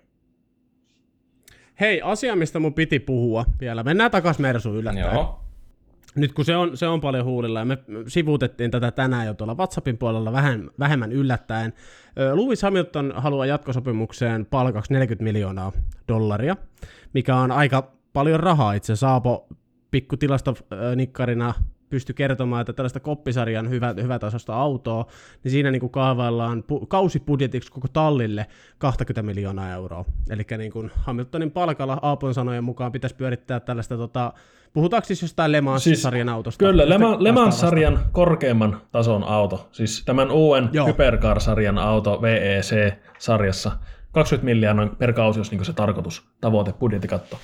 Hei, asia, mistä mun piti puhua vielä. Mennään takas Mersuun yllättäen. Joo. Nyt kun se on, se on paljon huulilla ja me sivuutettiin tätä tänään jo tuolla WhatsAppin puolella vähän, vähemmän yllättäen. Lewis Hamilton haluaa jatkosopimukseen palkaksi neljäkymmentä miljoonaa dollaria, mikä on aika paljon rahaa itse. Saapo pikku tilastonikkarina pystyi kertomaan, että tällaista koppisarjan hyvä, hyvätasosta autoa, niin siinä niin kuin kaavaillaan pu- kausibudjetiksi koko tallille kaksikymmentä miljoonaa euroa. Eli niin kuin Hamiltonin palkalla Aapon sanojen mukaan pitäisi pyörittää tällaista, tota, puhutaanko siis jostain Le Mans-sarjan autosta? Kyllä, Le, Tästä Mans- Le vastaavasta. Mans-sarjan korkeimman tason auto, siis tämän uuden Joo. Hypercar-sarjan auto V E C-sarjassa. kaksikymmentä miljoonaa per kausi, jos niin se tarkoitus, tavoite, budjettikatto.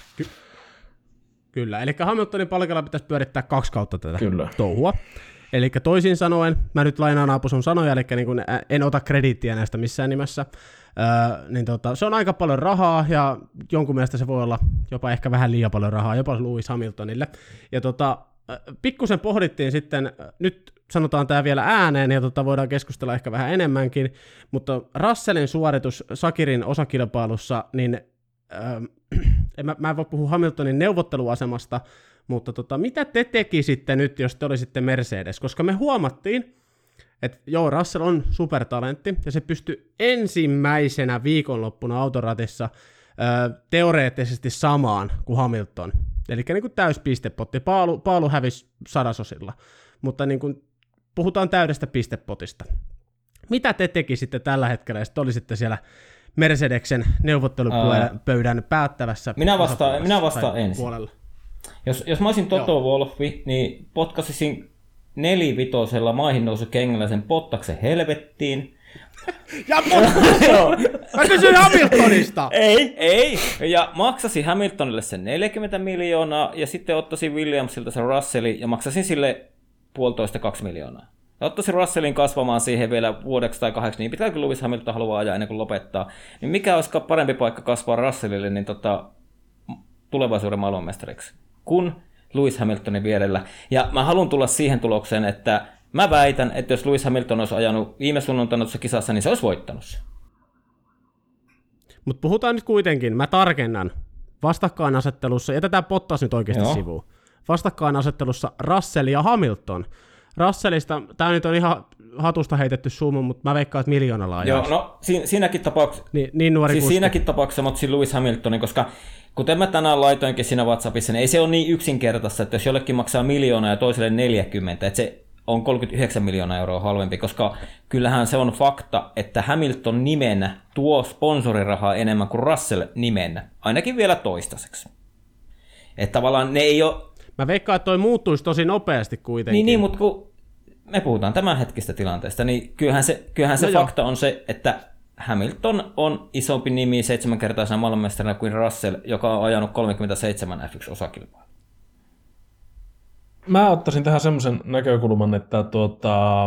Kyllä, eli Hamiltonin palkalla pitäisi pyörittää kaksi kautta tätä Kyllä. touhua. Eli toisin sanoen, mä nyt lainaan Aapo sun sanoja, eli niin kun en ota krediittiä näistä missään nimessä, öö, niin tota, se on aika paljon rahaa, ja jonkun mielestä se voi olla jopa ehkä vähän liian paljon rahaa, jopa Lewis Hamiltonille. Ja tota, pikkusen pohdittiin sitten, nyt sanotaan tämä vielä ääneen, ja tota, voidaan keskustella ehkä vähän enemmänkin, mutta Russellin suoritus Sakirin osakilpailussa, niin öö, en mä, mä en voi puhua Hamiltonin neuvotteluasemasta, mutta tota, mitä te tekisitte nyt, jos te olisitte Mercedes? Koska me huomattiin, että joo, Russell on supertalentti, ja se pystyi ensimmäisenä viikonloppuna autoratissa ö, teoreettisesti samaan kuin Hamilton. Eli niin kuin täys pistepotti, paalu, paalu hävisi sadasosilla, mutta niin kuin puhutaan täydestä pistepotista. Mitä te tekisitte tällä hetkellä, jos te olisitte siellä Mercedeksen neuvottelupöydän päättävässä Minä vastaan, osapuolessa minä vastaan tai ensin. puolella? Jos, jos mä olisin Toto Wolffi, niin potkasisin nelivitosella maihin nousu kengällä sen Bottaksen helvettiin. Ja Joo, Mä kysyin Hamiltonista! Ei, ei. Ja maksasi Hamiltonille sen neljäkymmentä miljoonaa ja sitten ottaisin Williamsilta sen Russellin ja maksasin sille puolitoista kaksi miljoonaa. Ja ottaisin Russellin kasvamaan siihen vielä vuodeksi tai kahdeksi, niin pitää kyllä Lewis Hamilton haluaa ajaa ennen kuin lopettaa. Niin mikä olisi parempi paikka kasvaa Russellille niin tota, tulevaisuuden maailmanmestariksi kuin Lewis Hamiltonin vierellä. Ja mä haluan tulla siihen tulokseen, että mä väitän, että jos Lewis Hamilton olisi ajanut viime sunnuntaina tuossa kisassa, niin se olisi voittanut se. Mutta puhutaan nyt kuitenkin, mä tarkennan, vastakkainasettelussa, jätetään Bottas nyt oikeasti Joo. sivuun, vastakkainasettelussa Russell ja Hamilton. Russellista, tää nyt on ihan hatusta heitetty summa, mutta mä veikkaan, että miljoonalla ajaksi. Joo, no si- siinäkin tapauksessa, niin, niin nuori siis kuski. siinäkin tapauksessa mä ottaisin Lewis Hamiltonin, koska kuten mä tänään laitoinkin siinä WhatsAppissa, niin ei se ole niin yksinkertaista, että jos jollekin maksaa miljoonaa ja toiselle neljäkymmentä, että se on kolmekymmentäyhdeksän miljoonaa euroa halvempi, koska kyllähän se on fakta, että Hamilton nimenä tuo sponsorirahaa enemmän kuin Russell nimenä, ainakin vielä toistaiseksi. Että tavallaan ne ei ole... Mä veikkaan, että toi muuttuisi tosi nopeasti kuitenkin. Niin, niin mutta kun me puhutaan tämänhetkistä tilanteesta, niin kyllähän se, kyllähän se no fakta joo. on se, että Hamilton on isompi nimi seitsemänkertaisena maailmanmestarina kuin Russell, joka on ajanut kolmekymmentäseitsemän F yksi -osakilpailua. Mä ottaisin tähän semmoisen näkökulman, että tuota,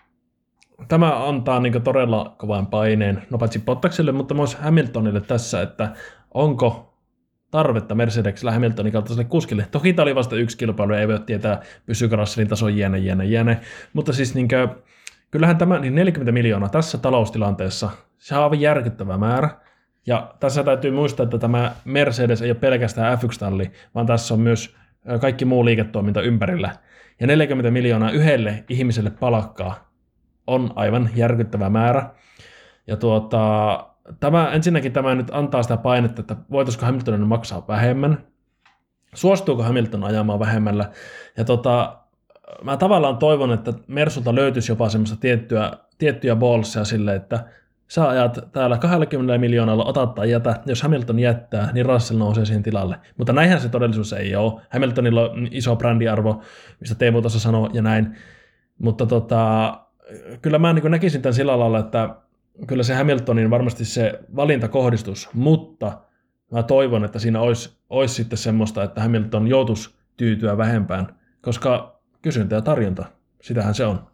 tämä antaa niin todella kovan paineen, no paitsi Bottakselle, mutta myös Hamiltonille tässä, että onko tarvetta Mercedeksellä Hamiltonin kaltaiselle kuskille. Toki tämä oli vasta yksi kilpailu, ei voi tietää, pysyykö Russellin taso jääne, jääne, jääne. Mutta siis niin kuin, kyllähän tämä niin neljäkymmentä miljoonaa tässä taloustilanteessa, se on aivan järkyttävä määrä. Ja tässä täytyy muistaa, että tämä Mercedes ei ole pelkästään F yksi -talli, vaan tässä on myös kaikki muu liiketoiminta ympärillä. Ja neljäkymmentä miljoonaa yhdelle ihmiselle palkkaa on aivan järkyttävä määrä. Ja tuota, tämä, ensinnäkin tämä nyt antaa sitä painetta, että voitaisiko Hamiltonin maksaa vähemmän. Suostuuko Hamilton ajamaan vähemmällä. Ja tota, mä tavallaan toivon, että Mersulta löytyisi jopa semmoista tiettyä, tiettyjä ballsia sille, että sä ajat täällä kaksikymmentä miljoonalla, otat tai jätä. Jos Hamilton jättää, niin Russell nousee siihen tilalle. Mutta näinhän se todellisuus ei ole. Hamiltonilla on iso brändiarvo, mistä Teemu tuossa sanoi ja näin. Mutta tota, kyllä mä niin näkisin tämän sillä lailla, että kyllä se Hamiltonin varmasti se valintakohdistus, mutta mä toivon, että siinä olisi, olisi sitten semmoista, että Hamilton joutuisi tyytyä vähempään, koska kysyntä ja tarjonta, sitähän se on.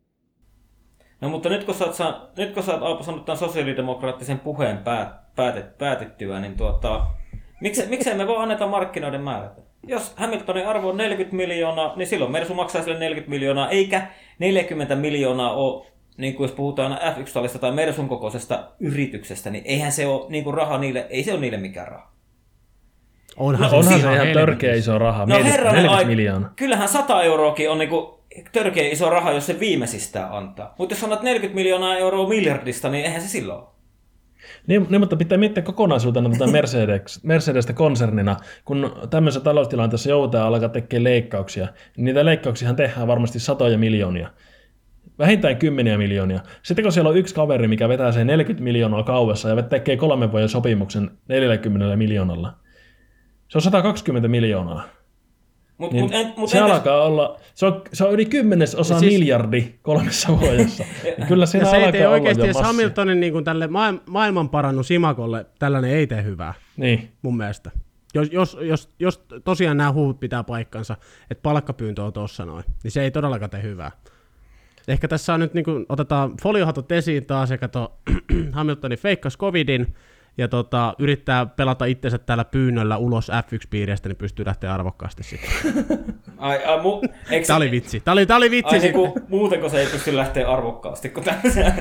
No mutta nyt kun sä oot, nyt kun sä oot Aapo sanonut tämän sosiaalidemokraattisen puheen päät, päätet, päätettyä, niin tuota, miksei, miksei me vaan anneta markkinoiden määrätä? Jos Hamiltonin arvo on neljäkymmentä miljoonaa, niin silloin Mersu maksaa sille neljäkymmentä miljoonaa, eikä neljäkymmentä miljoonaa ole, niin kuin jos puhutaan F yksi -tallista tai Mersun kokoisesta yrityksestä, niin eihän se ole niin kuin raha niille, ei se ole niille mikään raha. Onhan, no, onhan se ihan törkeä iso raha, no neljäkymmentä miljoonaa. Kyllähän sata euroakin on niin kuin törkeä iso raha, jos se viimeisistään antaa. Mutta jos sanot neljäkymmentä miljoonaa euroa miljardista, niin eihän se silloin ole. Niin, niin mutta pitää miettiä kokonaisuutena tätä Mercedes, Mercedestä konsernina, kun tämmöisessä taloustilanteessa joudutaan alkaa tekemään leikkauksia, niin niitä leikkauksia tehdään varmasti satoja miljoonia. Vähintään kymmeniä miljoonia. Sitten kun siellä on yksi kaveri, mikä vetää sen neljäkymmentä miljoonaa kaudessa ja tekee kolmen vuoden sopimuksen neljäkymmentä miljoonalla, se on sata kaksikymmentä miljoonaa. Mut, niin mut en, mut se entäs... alkaa olla, se on, se on yli kymmenesosa siis... miljardi kolmessa vuodessa. Kyllä siinä ja se ei tee olla oikeasti, jos massia. Hamiltonin niin kuin tälle ma- maailmanparannus imakolle tällainen ei tee hyvää, niin. mun mielestä. Jos, jos, jos, jos tosiaan nämä huut pitää paikkansa, että palkkapyyntö on tuossa noin, niin se ei todellakaan tee hyvää. Ehkä tässä on nyt, niin kuin, otetaan foliohatot esiin taas, ja kato, Hamiltonin feikkasi covidin, ja tota, yrittää pelata itsensä täällä pyynnöllä ulos F yksi -piiristä, niin pystyy lähteä arvokkaasti sitten. Ai, ai, mu- eikö... Tää oli vitsi. Tää oli, tää oli vitsi ai, sitten. Niin muutenko se ei pysty lähteä arvokkaasti, kun tämmöisiä...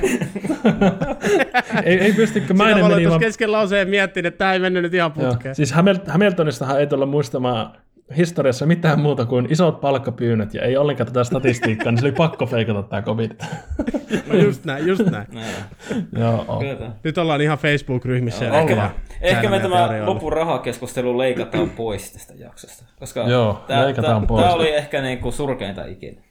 ei, ei pystykö, mä Sitä en meni vaan... kesken lauseen miettin, että tää ei mennyt nyt ihan putkeen. Joo, siis Hamil- Hamiltonistahan ei tulla muistamaan historiassa mitään muuta kuin isot palkkapyynnöt, ja ei ollenkaan tätä statistiikkaa, niin se oli pakko feikata tää covid. No just näin, just näin. Joo. Nyt ollaan ihan Facebook-ryhmissä. Joo, ehkä ehkä me tämä lopun rahakeskustelu leikataan pois tästä jaksosta. Koska joo, tää, leikataan tää, pois. Tämä oli ehkä niinku surkeinta ikinä.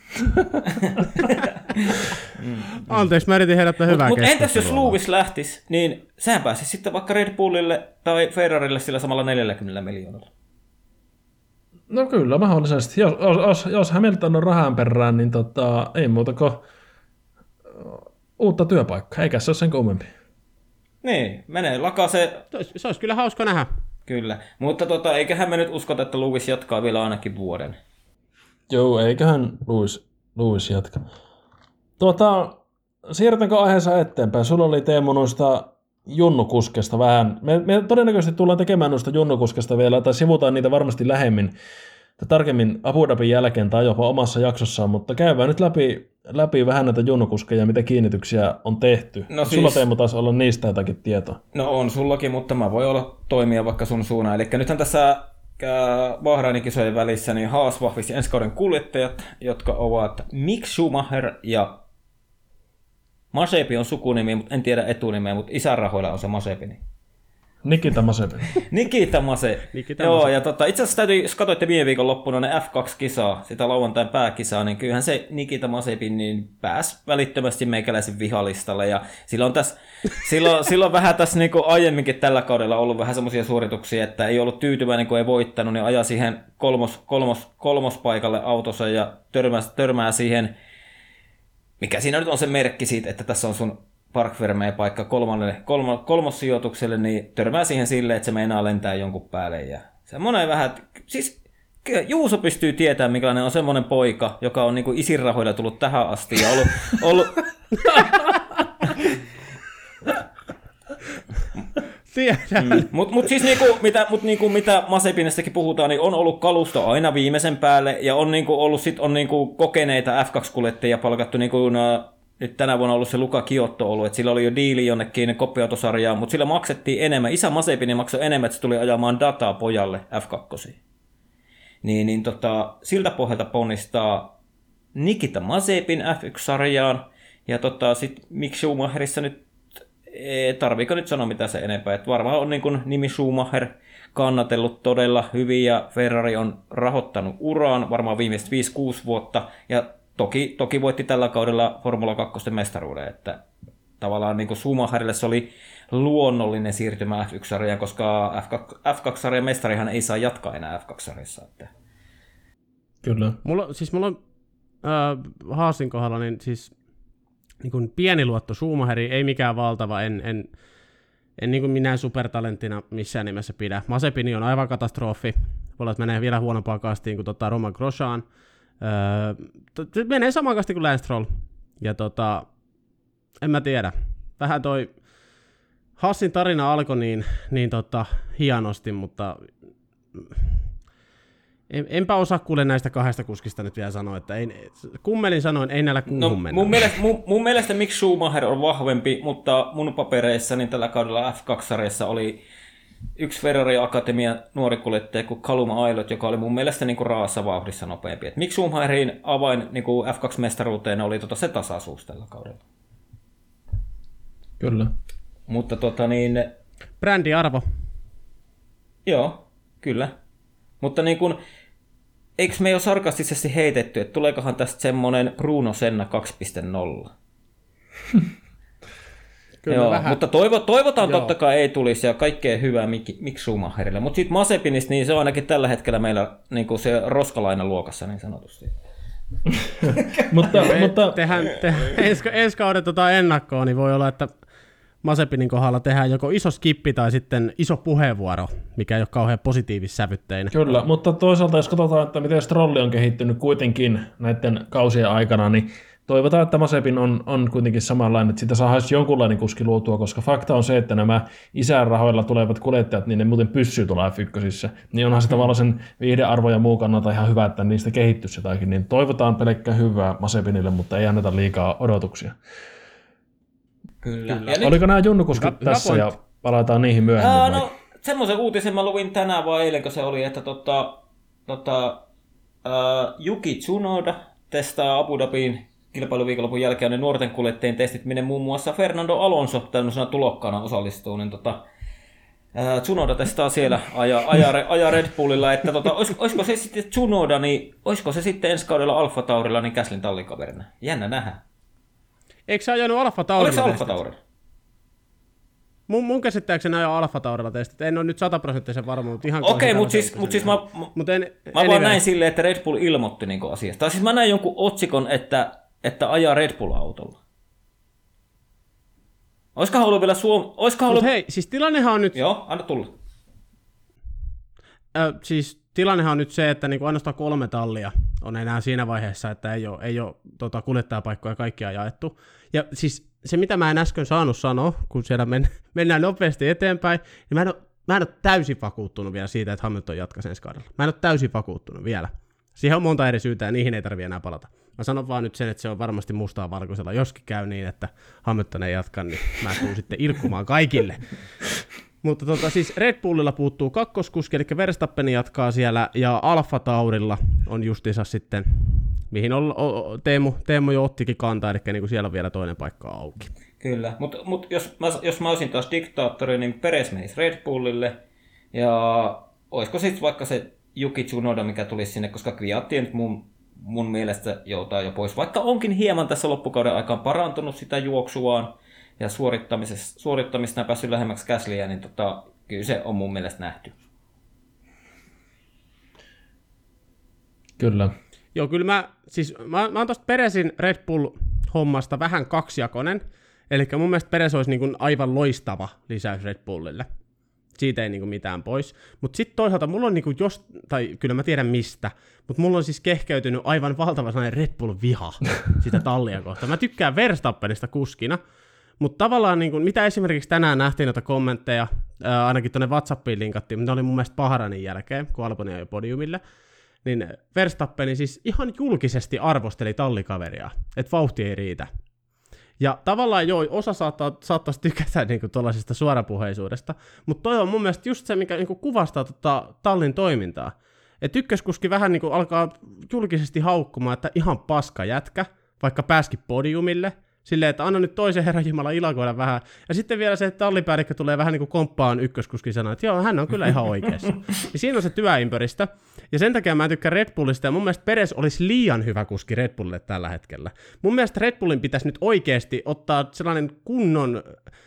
mm. Anteeksi, mä yritin herättää hyvää mut, keskustelua. Mut entäs jos Lewis lähtisi, niin sehän pääsisi sitten vaikka Red Bullille tai Ferrarille sillä samalla neljälläkymmenellä miljoonalla. No kyllä, mahdollisesti. Jos, jos, jos Hamilton on rahan perään, niin tota, ei muuta kuin uutta työpaikkaa, eikä se ole sen kummempi. Niin, menee lakase. Se olisi, se olisi kyllä hauska nähdä. Kyllä, mutta tota, eiköhän me nyt uskota, että Lewis jatkaa vielä ainakin vuoden. Joo, eiköhän Lewis, Lewis jatka. Tuota, siirrytäänkö aiheessa eteenpäin? Sulla oli Teemu noista junnukuskesta vähän. Me, me todennäköisesti tullaan tekemään noista junnukuskesta vielä, tai sivutaan niitä varmasti lähemmin, tai tarkemmin Abu Dhabin jälkeen tai jopa omassa jaksossaan, mutta käydään nyt läpi, läpi vähän näitä junnukuskeja, mitä kiinnityksiä on tehty. No Sulla siis, Teemu taisi olla niistä jotakin tietoa. No on sullakin, mutta mä voin olla toimia vaikka sun suunaan. Eli nythän tässä Bahrainin kisojen välissä niin Haas vahvisti ensi kauden kuljettajat, jotka ovat Mick Schumacher ja Masepi on sukunimi, mutta en tiedä etunimeä, mutta isän rahoilla on se Masepi. Nikita Mazepin. Nikita Mase. Nikita Joo, Mase. ja tota, itse asiassa täytyy, jos katsoitte viime viikon loppuna ne F kaksi -kisaa, sitä lauantain pääkisaa, niin kyllähän se Nikita Mazepin niin pääsi välittömästi meikäläisen vihalistalle. Ja silloin, tässä, silloin, silloin vähän tässä niin kuin aiemminkin tällä kaudella ollut vähän semmoisia suorituksia, että ei ollut tyytyväinen, kun ei voittanut, niin ajaa siihen kolmos, kolmos, kolmospaikalle autossa ja törmää, törmää siihen, mikä siinä nyt on se merkki siitä, että tässä on sun Parkvermeen paikka kolmannelle, kolmo, kolmossijoitukselle, niin törmää siihen silleen, että se meinaa lentää jonkun päälle. Ja semmoinen vähän, siis kyllä Juuso pystyy tietämään, minkälainen on semmoinen poika, joka on niinku isin rahoilla tullut tähän asti ja ollut... ollut... mm. Mutta mut siis niinku, mitä, mut niinku, mitä Mazepinistäkin puhutaan, niin on ollut kalusto aina viimeisen päälle ja on niinku ollut sit on niinku kokeneita F kaksi -kuljettajia palkattu niinku... Na, nyt tänä vuonna on ollut se Luka Kiotto ollut, että sillä oli jo diili jonnekin koppiautosarjaan, mutta sillä maksettiin enemmän. Isä Mazepin maksoi enemmän, että se tuli ajamaan dataa pojalle F kaksi. Niin, niin tota, siltä pohjalta ponnistaa Nikita Mazepin F yksi -sarjaan. Ja tota, sitten Mick Schumacherissa nyt, ee, tarviiko nyt sanoa mitä se enempää. Et varmaan on niin kuin nimi Schumacher kannatellut todella hyvin ja Ferrari on rahoittanut uraan varmaan viimeiset viisi kuusi vuotta. Ja Toki, toki voitti tällä kaudella Formula kaksi mestaruuden, että tavallaan niin kuin Schumacherille se oli luonnollinen siirtymä F yksi -sarjaan, koska F kaksi -sarjan mestarihan ei saa jatkaa enää F kaksi -sarjassa. Että... Kyllä. Mulla, siis mulla on äh, Haasin kohdalla niin siis niin kuin pieni luotto Schumacheriin, ei mikään valtava, en, en, en niin kuin minä supertalenttina missään nimessä pidä. Mazepini on aivan katastrofi, voi olla, että menee vielä huonompaan kastiin kuin tota Romain Grosjean. Öö, menee samaan kastiin kuin Lance Stroll. Ja tota, en mä tiedä. Vähän toi Hassin tarina alkoi niin, niin tota, hienosti, mutta en, enpä osaa kuule näistä kahdesta kuskista nyt vielä sanoa, että ei, kummelin sanoin, ei näillä kuuhun no, mennä. Mun mielestä, mun, mun mielestä Mick Schumacher on vahvempi, mutta mun papereissa niin tällä kaudella F kaksi -sarjassa oli yksi Ferrari Akatemian nuori kuljettaja kuin Callum Aylott, joka oli mun mielestä niin kuin raassa vauhdissa nopeampi. Et Mick Schumacherin avain niin kuin F kaksi -mestaruuteen oli tota se tasaisuus tällä kaudella. Kyllä. Mutta tota niin... Brändiarvo. Joo, kyllä. Mutta niin kuin, eikö me ole sarkastisesti heitetty, että tuleekohan tästä semmoinen Bruno Senna kaksi piste nolla? Kyllä Joo, vähän. mutta toivo, toivotaan Joo. totta kai ei tulisi ja kaikkea hyvää Mick Schumacherille. Mutta sitten Mazepinista, niin se on ainakin tällä hetkellä meillä niin kuin se roskalaina luokassa niin sanotusti. mutta, Me mutta tehdään, tehdään ensi, ensi kauden tota ennakkoon, niin voi olla, että Mazepinin kohdalla tehdään joko iso skippi tai sitten iso puheenvuoro, mikä ei ole kauhean positiivissävytteinen. Kyllä, mutta toisaalta jos katsotaan, että miten Strolli on kehittynyt kuitenkin näiden kausien aikana, niin toivotaan, että Mazepin on, on kuitenkin samanlainen, että siitä saadaan jonkunlainen kuski luotua, koska fakta on se, että nämä isän rahoilla tulevat kuljettajat, niin ne muuten pyssyy tuolla F yksi. Niin onhan se tavallaan sen viihdearvo ja muu kannalta ihan hyvä, että niistä kehittyisi jotakin. Niin toivotaan pelkkää hyvää Mazepinille, mutta ei anneta liikaa odotuksia. Kyllä. Kyllä. Ja nyt, Oliko nämä junnukuskit Hyvä- tässä hyvä ja palataan niihin myöhemmin? ää, vai? no, semmoisen uutisen mä luin tänään vai eilen, kun se oli, että tota, tota, ää, Yuki Tsunoda testaa Abu Dhabin kilpailuviikonlopun jälkeen ne nuorten kuljettajien testit, minne muun muassa Fernando Alonso tämmöisenä tulokkaana osallistuu, niin tota, ää, Tsunoda testaa siellä ajaa, ajaa, ajaa Red Bullilla, että tota, olis, olisiko se sitten Tsunoda, niin olisiko se sitten ensi kaudella Alfa Taurilla niin Gaslyn tallikaverina? Jännä nähdä. Eikö se ajanut Alfa Oliko Taurilla se Alfa testit? Taurilla? Mun, mun käsittääkseni ajoi Alfa Taurilla testit. En ole nyt sataprosenttisen varma, mutta ihan Okei, mutta siis, kohdalla mut siis mä, Mut en, mä vaan anyway. näin silleen, että Red Bull ilmoitti niinku asiasta. Tai siis mä näin jonkun otsikon, että, että ajaa Red Bull-autolla. Olisikohan ollut vielä Suom... Olisikohan ollut... Mut hei, siis tilannehan on nyt... Joo, anna tulla. Ö, siis tilannehan on nyt se, että niinku ainoastaan kolme tallia on enää siinä vaiheessa, että ei ole, ei ole tota, kuljettajapaikkoja kaikkia jaettu. Ja siis se, mitä mä en äsken saanut sanoa, kun siellä men, mennään nopeasti eteenpäin, niin mä en, ole, mä en ole täysin vakuuttunut vielä siitä, että Hamilton jatkaisi ensi kaudella. Mä en ole täysin vakuuttunut vielä. Siihen on monta eri syytä ja niihin ei tarvitse enää palata. Mä sanon vaan nyt sen, että se on varmasti mustaa valkoisella. Joskin käy niin, että Hamilton ei jatka, niin mä tuun sitten ilkkumaan kaikille. Mutta tota, siis Red Bullilla puuttuu kakkoskuski, eli Verstappen jatkaa siellä, ja Alfa Taurilla on justiinsa sitten, mihin on, o, Teemu, Teemu jo ottikin kantaa, eli niin kuin siellä on vielä toinen paikka auki. Kyllä, mutta mut jos, mä, jos mä olisin taas diktaattori, niin Perez menisi Red Bullille, ja olisiko sitten vaikka se Yuki Tsunoda, mikä tulisi sinne, koska Kvyat nyt mun, mun mielestä joutaa jo pois, vaikka onkin hieman tässä loppukauden aikaan parantunut sitä juoksuaan, ja suorittamista päässyt lähemmäksi Gaslyä, niin tota, kyllä se on mun mielestä nähty. Kyllä. Joo, kyllä mä, siis mä, mä oon tosta Perezin Red Bull-hommasta vähän kaksijakoinen, eli mun mielestä Perez olisi niin kuin aivan loistava lisäys Red Bullille. Siitä ei niin kuin mitään pois. Mutta sitten toisaalta mulla on, niin kuin jos, tai kyllä mä tiedän mistä, mutta mulla on siis kehkeytynyt aivan valtava sellainen Red Bull-viha sitä tallia kohtaan. Mä tykkään Verstappenista kuskina, mutta tavallaan, niin kuin, mitä esimerkiksi tänään nähtiin noita kommentteja, ää, ainakin tuonne WhatsAppiin linkattiin, mutta ne oli mun mielestä Bahrainin jälkeen, kun Alboni ajoi podiumille, niin Verstappeni siis ihan julkisesti arvosteli tallikaveria, että vauhti ei riitä. Ja tavallaan joo, osa saattaa, saattaisi tykätä niinku tuollaisesta suorapuheisuudesta, mutta toi on mun mielestä just se, mikä niinku kuvastaa tota tallin toimintaa. Että ykköskuski vähän niinku alkaa julkisesti haukkumaan, että ihan paska jätkä, vaikka pääskin podiumille, silleen, että anna nyt toisen herran jumala ilakoida vähän. Ja sitten vielä se, että tallipäällikkö tulee vähän niin kuin komppaan ykköskuskin sanoa, että joo, hän on kyllä ihan oikeassa. Ja siinä on se työympäristö. Ja sen takia mä tykkään Red Bullista, ja mun mielestä Perez olisi liian hyvä kuski Red Bullille tällä hetkellä. Mun mielestä Red Bullin pitäisi nyt oikeasti ottaa sellainen kunnon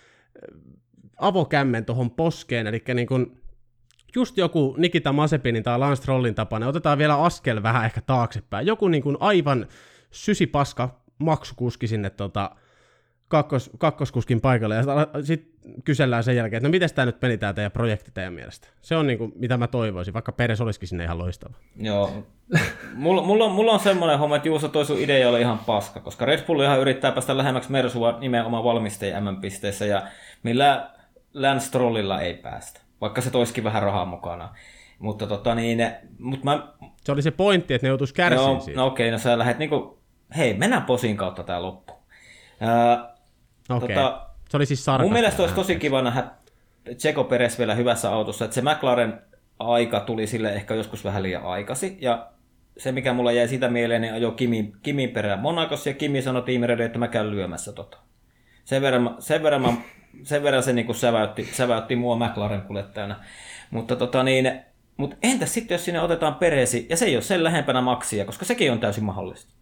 avokämmen tuohon poskeen, eli niin kuin just joku Nikita Mazepinin tai Lance Strollin tapana, otetaan vielä askel vähän ehkä taaksepäin. Joku niin kuin aivan sysipaska maksukuski sinne tota, kakkos, kakkoskuskin paikalle, ja sitten kysellään sen jälkeen, että no miten tämä nyt meni tämä teidän projekti teidän mielestä? Se on niinku, mitä mä toivoisin, vaikka Perez olisikin sinne ihan loistava. Joo. Mulla, mulla, on, mulla on semmoinen homma, että Juuso toi sun idea oli ihan paska, koska Red Bull ihan yrittää päästä lähemmäksi Mersua nimenomaan valmistajien M M-pisteissä, ja millä Lance Strollilla ei päästä, vaikka se toisikin vähän rahaa mukana. Mutta tota niin, mut mä... Se oli se pointti, että ne joutuisi kärsiin no, siitä. No okei, okay, no sä lähdet niinku, hei, mennään posin kautta tää loppu. Öö, Okei, tota, se oli siis sarkastia. Mun mielestä olisi tosi kiva nähdä Checo Perez vielä hyvässä autossa, että se McLaren aika tuli sille ehkä joskus vähän liian aikaisin, ja se mikä mulla jäi sitä mieleen, niin ajoi Kimin, Kimin perään Monacossa, ja Kimi sanoi tiimireille, että mä käyn lyömässä tota. Sen verran, sen verran, mä, sen verran se niinku säväytti, säväytti mua McLaren kuljettajana. Mutta tota niin, mut entäs sitten, jos sinne otetaan Perezi, ja se ei ole sen lähempänä Maxia, koska sekin on täysin mahdollista.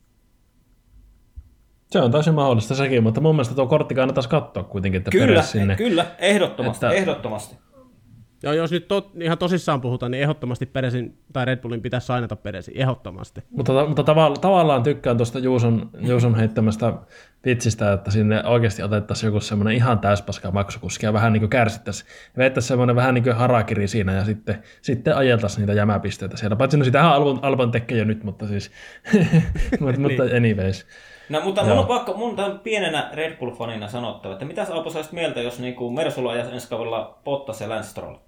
Se on täysin mahdollista sekin, mutta mun mielestä tuo kortti kannattaisi katsoa kuitenkin, että Kyllä, Perez sinne. kyllä, ehdottomasti, että... ehdottomasti. Joo, jos nyt tot, ihan tosissaan puhutaan, niin ehdottomasti Perezin tai Red Bullin pitäisi sainata Perezin, ehdottomasti. Mutta, mutta tavallaan, tavallaan tykkään tuosta Juuson, Juuson heittämästä vitsistä, että sinne oikeasti otettaisiin joku semmoinen ihan täyspaska maksukuski ja vähän niin kuin kärsittäisiin. Veettäisiin semmoinen vähän niin kuin harakiri siinä ja sitten, sitten ajeltaisiin niitä jämäpisteitä siellä. Paitsi no sitähän Albon, Albon tekee jo nyt, mutta siis, mutta, mutta anyways. No, mutta mun on pakko, mun on pienenä Red Bull-fanina sanottava, että mitäs Alpo saisit mieltä, jos niinku Mersulla ajaisi ensi kaudella Bottas ja Lance Stroll?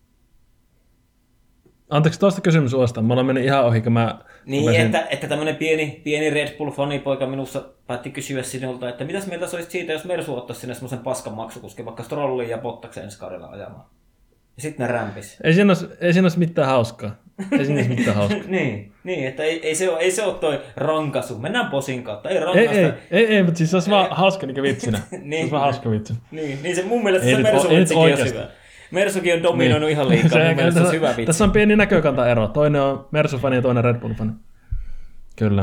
Anteeksi, toista kysymys uudestaan. Mä olen mennyt ihan ohi, kun mä... Niin, rupesin... että, että tämmöinen pieni, pieni Red Bull-fanipoika minussa päätti kysyä sinulta, että mitäs mieltä olisit siitä, jos Mersu ottaisi sinne semmoisen paskan maksukuskin, vaikka Strollin ja Bottaksen ensi kaudella ajamaan. Ja sitten ne rämpisi. Ei siinä olisi, ei siinä olisi mitään hauskaa. Ei siinä olisi mitään hauskaa. niin, niin, että ei, ei, se ole, ei se ole toi rankasu. Mennään posin kautta, ei rankasta. Ei, ei, ei, ei mutta siis se olisi vaan hauska niin vitsinä. niin, se olisi vaan hauska vitsinä. Niin, niin se mun mielestä ei se Mersu-vitsikin on hyvä. Mersukin on dominoinut niin. ihan liikaa, se, mun mielestä tässä, se on hyvä vitsi. Tässä on pieni näkökantaero. Toinen on Mersu-fani ja toinen Red Bull-fani. Kyllä.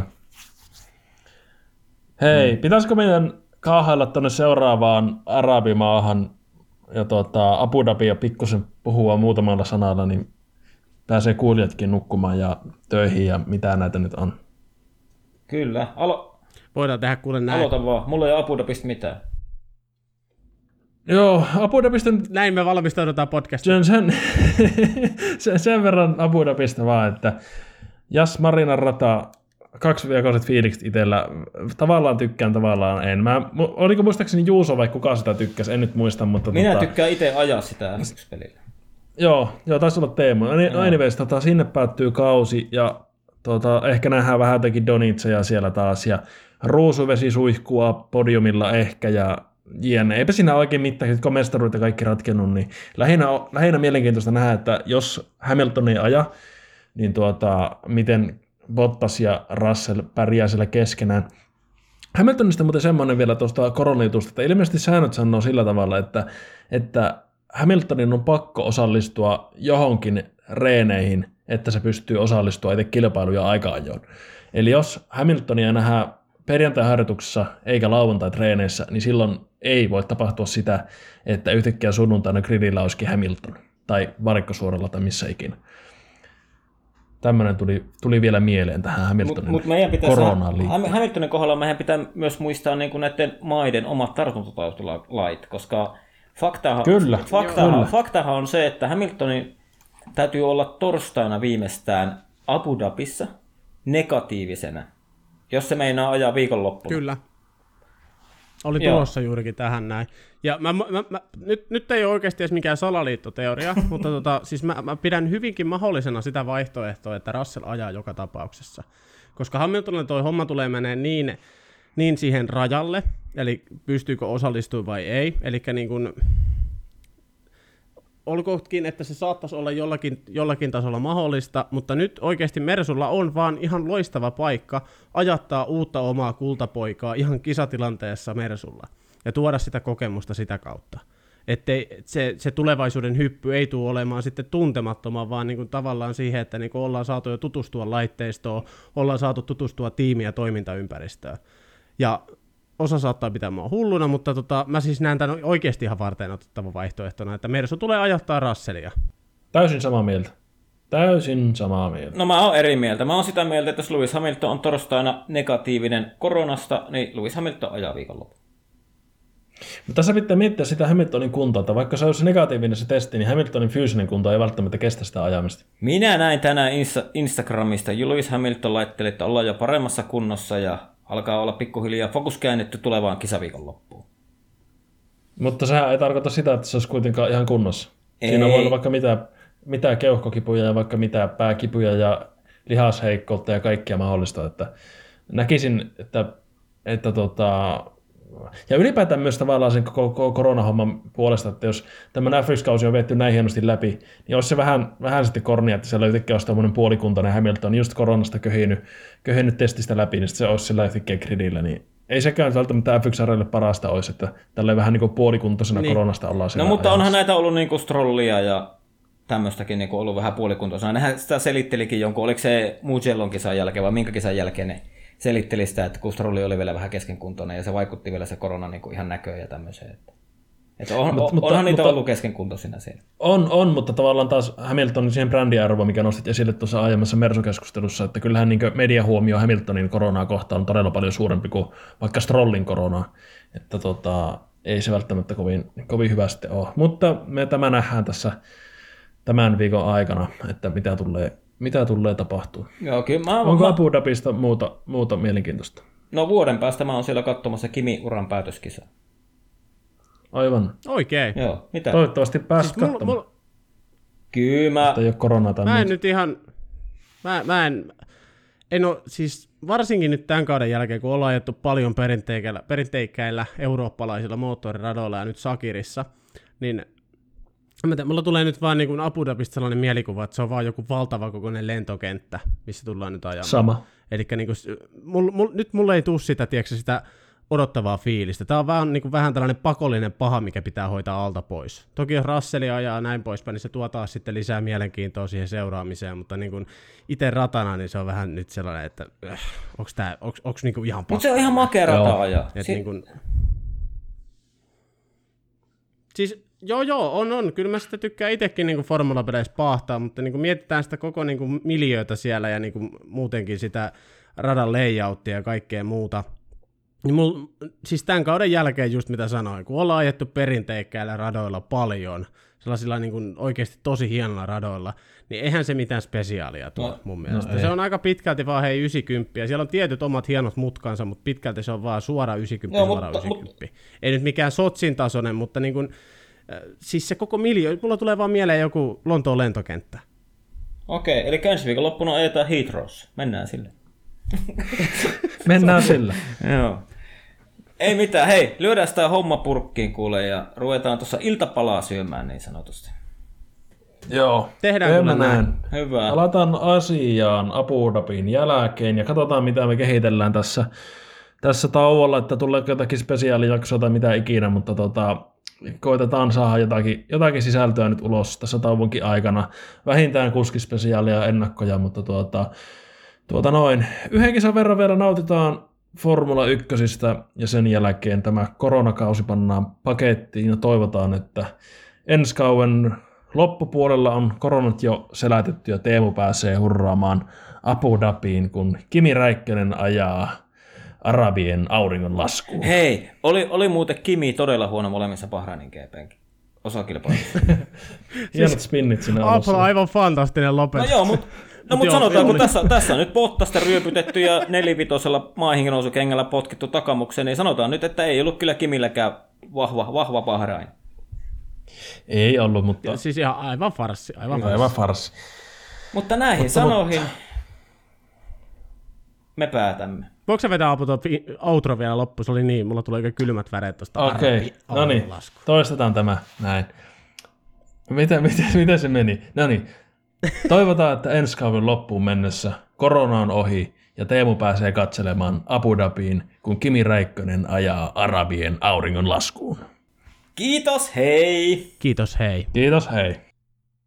Hei, hmm. pitäisikö meidän kaahailla tuonne seuraavaan arabimaahan ja tuota, Abu Dhabia pikkusen puhua muutamalla sanalla, niin pääsee kuulijatkin nukkumaan ja töihin ja mitä näitä nyt on. Kyllä. Alo- Voidaan tehdä kuule näin. Aloita vaan. Mulla ei Abu Dhabista mitään. Joo, Abu Dhabista nyt Näin me valmistaudutaan podcastiin. sen, sen, sen verran Abu Dhabista vaan, että Jas Marinan rata, kaksiviikkoiset fiilikset itsellä, tavallaan tykkään, tavallaan en. Mä, oliko muistaakseni Juuso vai kuka sitä tykkäsi, en nyt muista, mutta... Minä tota, tykkään itse ajaa sitä F yksi -pelillä. Joo, joo, taisi olla Teemu. No anyways, tota, sinne päättyy kausi ja tota, ehkä nähdään vähän jotenkin Donitseja siellä taas ja ruusuvesi suihkua podiumilla ehkä ja jne. Eipä siinä oikein mitään, kun mestaruudet kaikki ratkennut, niin lähinnä, lähinnä mielenkiintoista nähdä, että jos Hamilton ei aja, niin tuota, miten Bottas ja Russell pärjää siellä keskenään. Hamiltonista muuten semmoinen vielä tuosta koronajutusta, että ilmeisesti säännöt sanoo sillä tavalla, että, että Hamiltonin on pakko osallistua johonkin reeneihin, että se pystyy osallistua itse kilpailuja aika-ajoin. Eli jos Hamiltonia nähdään perjantai-harjoituksessa eikä lauantai-treeneissä, niin silloin ei voi tapahtua sitä, että yhtäkkiä sunnuntaina gridillä olisikin Hamilton, tai varikkosuoralla tai missä ikinä. Tämmöinen tuli, tuli vielä mieleen tähän Hamiltonin mut, mut koronaan liittyen. Hamiltonin kohdalla meidän pitää myös muistaa niin kuin näiden maiden omat tartuntatautilait, koska faktahan, Kyllä. faktahan, Kyllä. faktahan on se, että Hamiltonin täytyy olla torstaina viimeistään Abu Dhabissa negatiivisena, jos se meinaa ajaa viikonloppuna. Kyllä. Oli Joo. tulossa juurikin tähän näin. Ja mä, mä, mä, nyt, nyt ei ole oikeasti edes mikään salaliittoteoria, mutta tota, siis mä, mä pidän hyvinkin mahdollisena sitä vaihtoehtoa, että Russell ajaa joka tapauksessa. Koska Hamiltonille toi homma tulee menee niin, niin siihen rajalle, eli pystyykö osallistumaan vai ei. Eli niin kun, olkoonkin, että se saattaisi olla jollakin, jollakin tasolla mahdollista, mutta nyt oikeasti Mersulla on vaan ihan loistava paikka ajattaa uutta omaa kultapoikaa ihan kisatilanteessa Mersulla ja tuoda sitä kokemusta sitä kautta. Että se, se tulevaisuuden hyppy ei tule olemaan sitten tuntemattoman, vaan niin kuin tavallaan siihen, että niin kuin ollaan saatu jo tutustua laitteistoon, ollaan saatu tutustua tiimi- ja toimintaympäristöön. Ja osa saattaa pitää mua hulluna, mutta tota, mä siis näen tämän oikeasti ihan varten otettavan vaihtoehtona, että Mersu tulee ajattaa Russellia. Täysin samaa mieltä. Täysin samaa mieltä. No mä oon eri mieltä. Mä oon sitä mieltä, että jos Lewis Hamilton on torstaina negatiivinen koronasta, niin Lewis Hamilton ajaa viikonloppu. Mutta tässä pitää miettiä sitä Hamiltonin kuntoa, että vaikka se olisi negatiivinen se testi, niin Hamiltonin fyysinen kunto ei välttämättä kestä sitä ajamista. Minä näin tänään Insta- Instagramista, Lewis Hamilton laitteli, että ollaan jo paremmassa kunnossa ja alkaa olla pikkuhiljaa fokus käännetty tulevaan kisaviikonloppuun. Mutta sehän ei tarkoita sitä, että se olisi kuitenkaan ihan kunnossa. Ei. Siinä voi olla vaikka mitä, mitä keuhkokipuja ja vaikka mitä pääkipuja ja lihasheikkoutta ja kaikkia mahdollista. Että näkisin, että, että tota, ja ylipäätään myös tavallaan sen koko koronahomman puolesta, että jos tämmöinen F yksi -kausi on vietty näin hienosti läpi, niin olisi se vähän, vähän sitten kornia, että siellä yhtäkkiä olisi tämmöinen puolikuntainen Hamilton just koronasta köhinyt, köhinyt testistä läpi, niin se olisi sillä yhtäkkiä gridillä, niin ei sekään välttämättä F yksi -sarjalle parasta olisi, että tälleen vähän niin kuin puolikuntoisena niin. Koronasta ollaan siellä No mutta ajassa. onhan näitä ollut niinku strollia ja tämmöistäkin niinku ollut vähän puolikuntoisena. Nehän sitä selittelikin jonkun, oliko se Mugellon kisan jälkeen vai minkä kisan jälkeen ne selitteli sitä, että kun strolli oli vielä vähän keskenkuntoinen ja se vaikutti vielä se korona niinku ihan näköön ja tämmöiseen. Että, että on, Mut, on, mutta, onhan niitä mutta, ollut keskenkuntoisina siinä. On, on, mutta tavallaan taas Hamiltonin siihen brändiarvo, mikä nostit esille tuossa aiemmassa Mersu-keskustelussa, että kyllähän niin mediahuomio Hamiltonin koronaa kohtaan on todella paljon suurempi kuin vaikka Strollin koronaa. Että tota, ei se välttämättä kovin, kovin hyvä sitten ole. Mutta me tämä nähdään tässä tämän viikon aikana, että mitä tulee, mitä tulee tapahtua. Joo, kyllä mä, Onko mä, Abu Dhabista muuta, muuta mielenkiintoista? No vuoden päästä mä oon siellä katsomassa Kimi-uran päätöskisaa. Aivan. Oikein. Joo, mitä? Toivottavasti pääsit Siis mulla- katsomaan. mulla- Kyllä mä... Että ei ole koronaa tai Mä en muuta. nyt ihan, mä, mä en, en oo, siis varsinkin nyt tämän kauden jälkeen, kun ollaan ajettu paljon perinteikkäillä, perinteikkäillä eurooppalaisilla moottoriradoilla ja nyt Sakirissa, niin mä tiedän, mulla tulee nyt vaan niin kuin Abu Dhabista sellainen mielikuva, että se on vaan joku valtava kokoinen lentokenttä, missä tullaan nyt ajamaan. Sama. Elikkä niin kuin, mul, mul, nyt mulla ei tule sitä, tiedätkö, sitä odottavaa fiilistä. Tää on vähän, niin kuin, vähän tällainen pakollinen paha, mikä pitää hoitaa alta pois. Toki jos Russell ajaa näin poispäin, niin se tuo taas sitten lisää mielenkiintoa siihen seuraamiseen, mutta niin kuin itse ratana, niin se on vähän nyt sellainen, että äh, onko tämä onks, onks niin kuin ihan pakko. Mutta se on ihan makea rata ajaa. Et Si- niin kuin... Siis joo joo, on on. Kyllä mä sitä tykkään itsekin niin formulapeleissä paahtaa, mutta niin kuin mietitään sitä koko niin kuin miljöötä siellä ja niin kuin muutenkin sitä radan layouttia ja kaikkea muuta. Niin mul, siis tämän kauden jälkeen just mitä sanoin, kun ollaan ajettu perinteikkäillä radoilla paljon, sellaisilla niin kuin oikeasti tosi hienoilla radoilla, niin eihän se mitään spesiaalia tuo no, mun mielestä. No se on aika pitkälti vaan hei yhdeksänkymmentä, siellä on tietyt omat hienot mutkansa, mutta pitkälti se on vaan suora yhdeksänkymmentä, no, suora mutta, yhdeksänkymmentä. Mutta... Ei nyt mikään Sotsin tasoinen, mutta niin kuin, äh, siis se koko miljoona, mulla tulee vaan mieleen joku Lontoon lentokenttä. Okei, eli ensi viikon loppuna ajetaan Heathrows, mennään sille. Mennään sillä. Joo. Ei mitään, hei, lyödään sitä homma purkkiin kuule ja ruvetaan tuossa iltapalaa syömään niin sanotusti. Joo, tehdään kyllä näin. Hyvä. Palataan asiaan Abu Dhabin jälkeen ja katsotaan mitä me kehitellään tässä, tässä tauolla, että tuleeko jotakin spesiaalijaksoa tai mitä ikinä, mutta tota, koitetaan saada jotakin, jotakin sisältöä nyt ulos tässä tauonkin aikana. Vähintään kuskispesiaalia ja ennakkoja, mutta tuota, tuota noin. Yhden kisan verran vielä nautitaan Formula ykkösistä ja sen jälkeen tämä koronakausi pannaan pakettiin ja toivotaan, että ensi kauden loppupuolella on koronat jo selätetty ja Teemu pääsee hurraamaan Abu Dhabiin, kun Kimi Räikkönen ajaa Arabien auringon laskuun. Hei, oli, oli muuten Kimi todella huono molemmissa Bahrainin G P:nkin osakilpailussa. Hienot spinnit siinä alussa. Apple aivan fantastinen lopetus. No joo, mutta no, mut sanotaan, kun tässä, tässä on nyt Bottasta ryöpytetty ja nelivitosella maihinnousukengällä potkittu takamukseen, niin sanotaan nyt, että ei ollut kyllä Kimilläkään vahva, vahva Bahrain. Ei ollut, mutta... Ja siis ihan aivan farssi. Aivan farssi. Aivan farssi. Mutta näihin mutta, sanoihin mutta... me päätämme. Voiko sä vetää Apu tuo outro vielä loppu? Se oli niin, mulla tuli oikein kylmät väreet tuosta. Okei, okay. No niin, toistetaan tämä näin. Miten, miten, miten se meni? No niin, toivotaan, että ensi kauden loppuun mennessä korona on ohi ja Teemu pääsee katselemaan Abu Dhabiin, kun Kimi Räikkönen ajaa Arabien auringon laskuun. Kiitos, hei! Kiitos, hei! Kiitos, hei!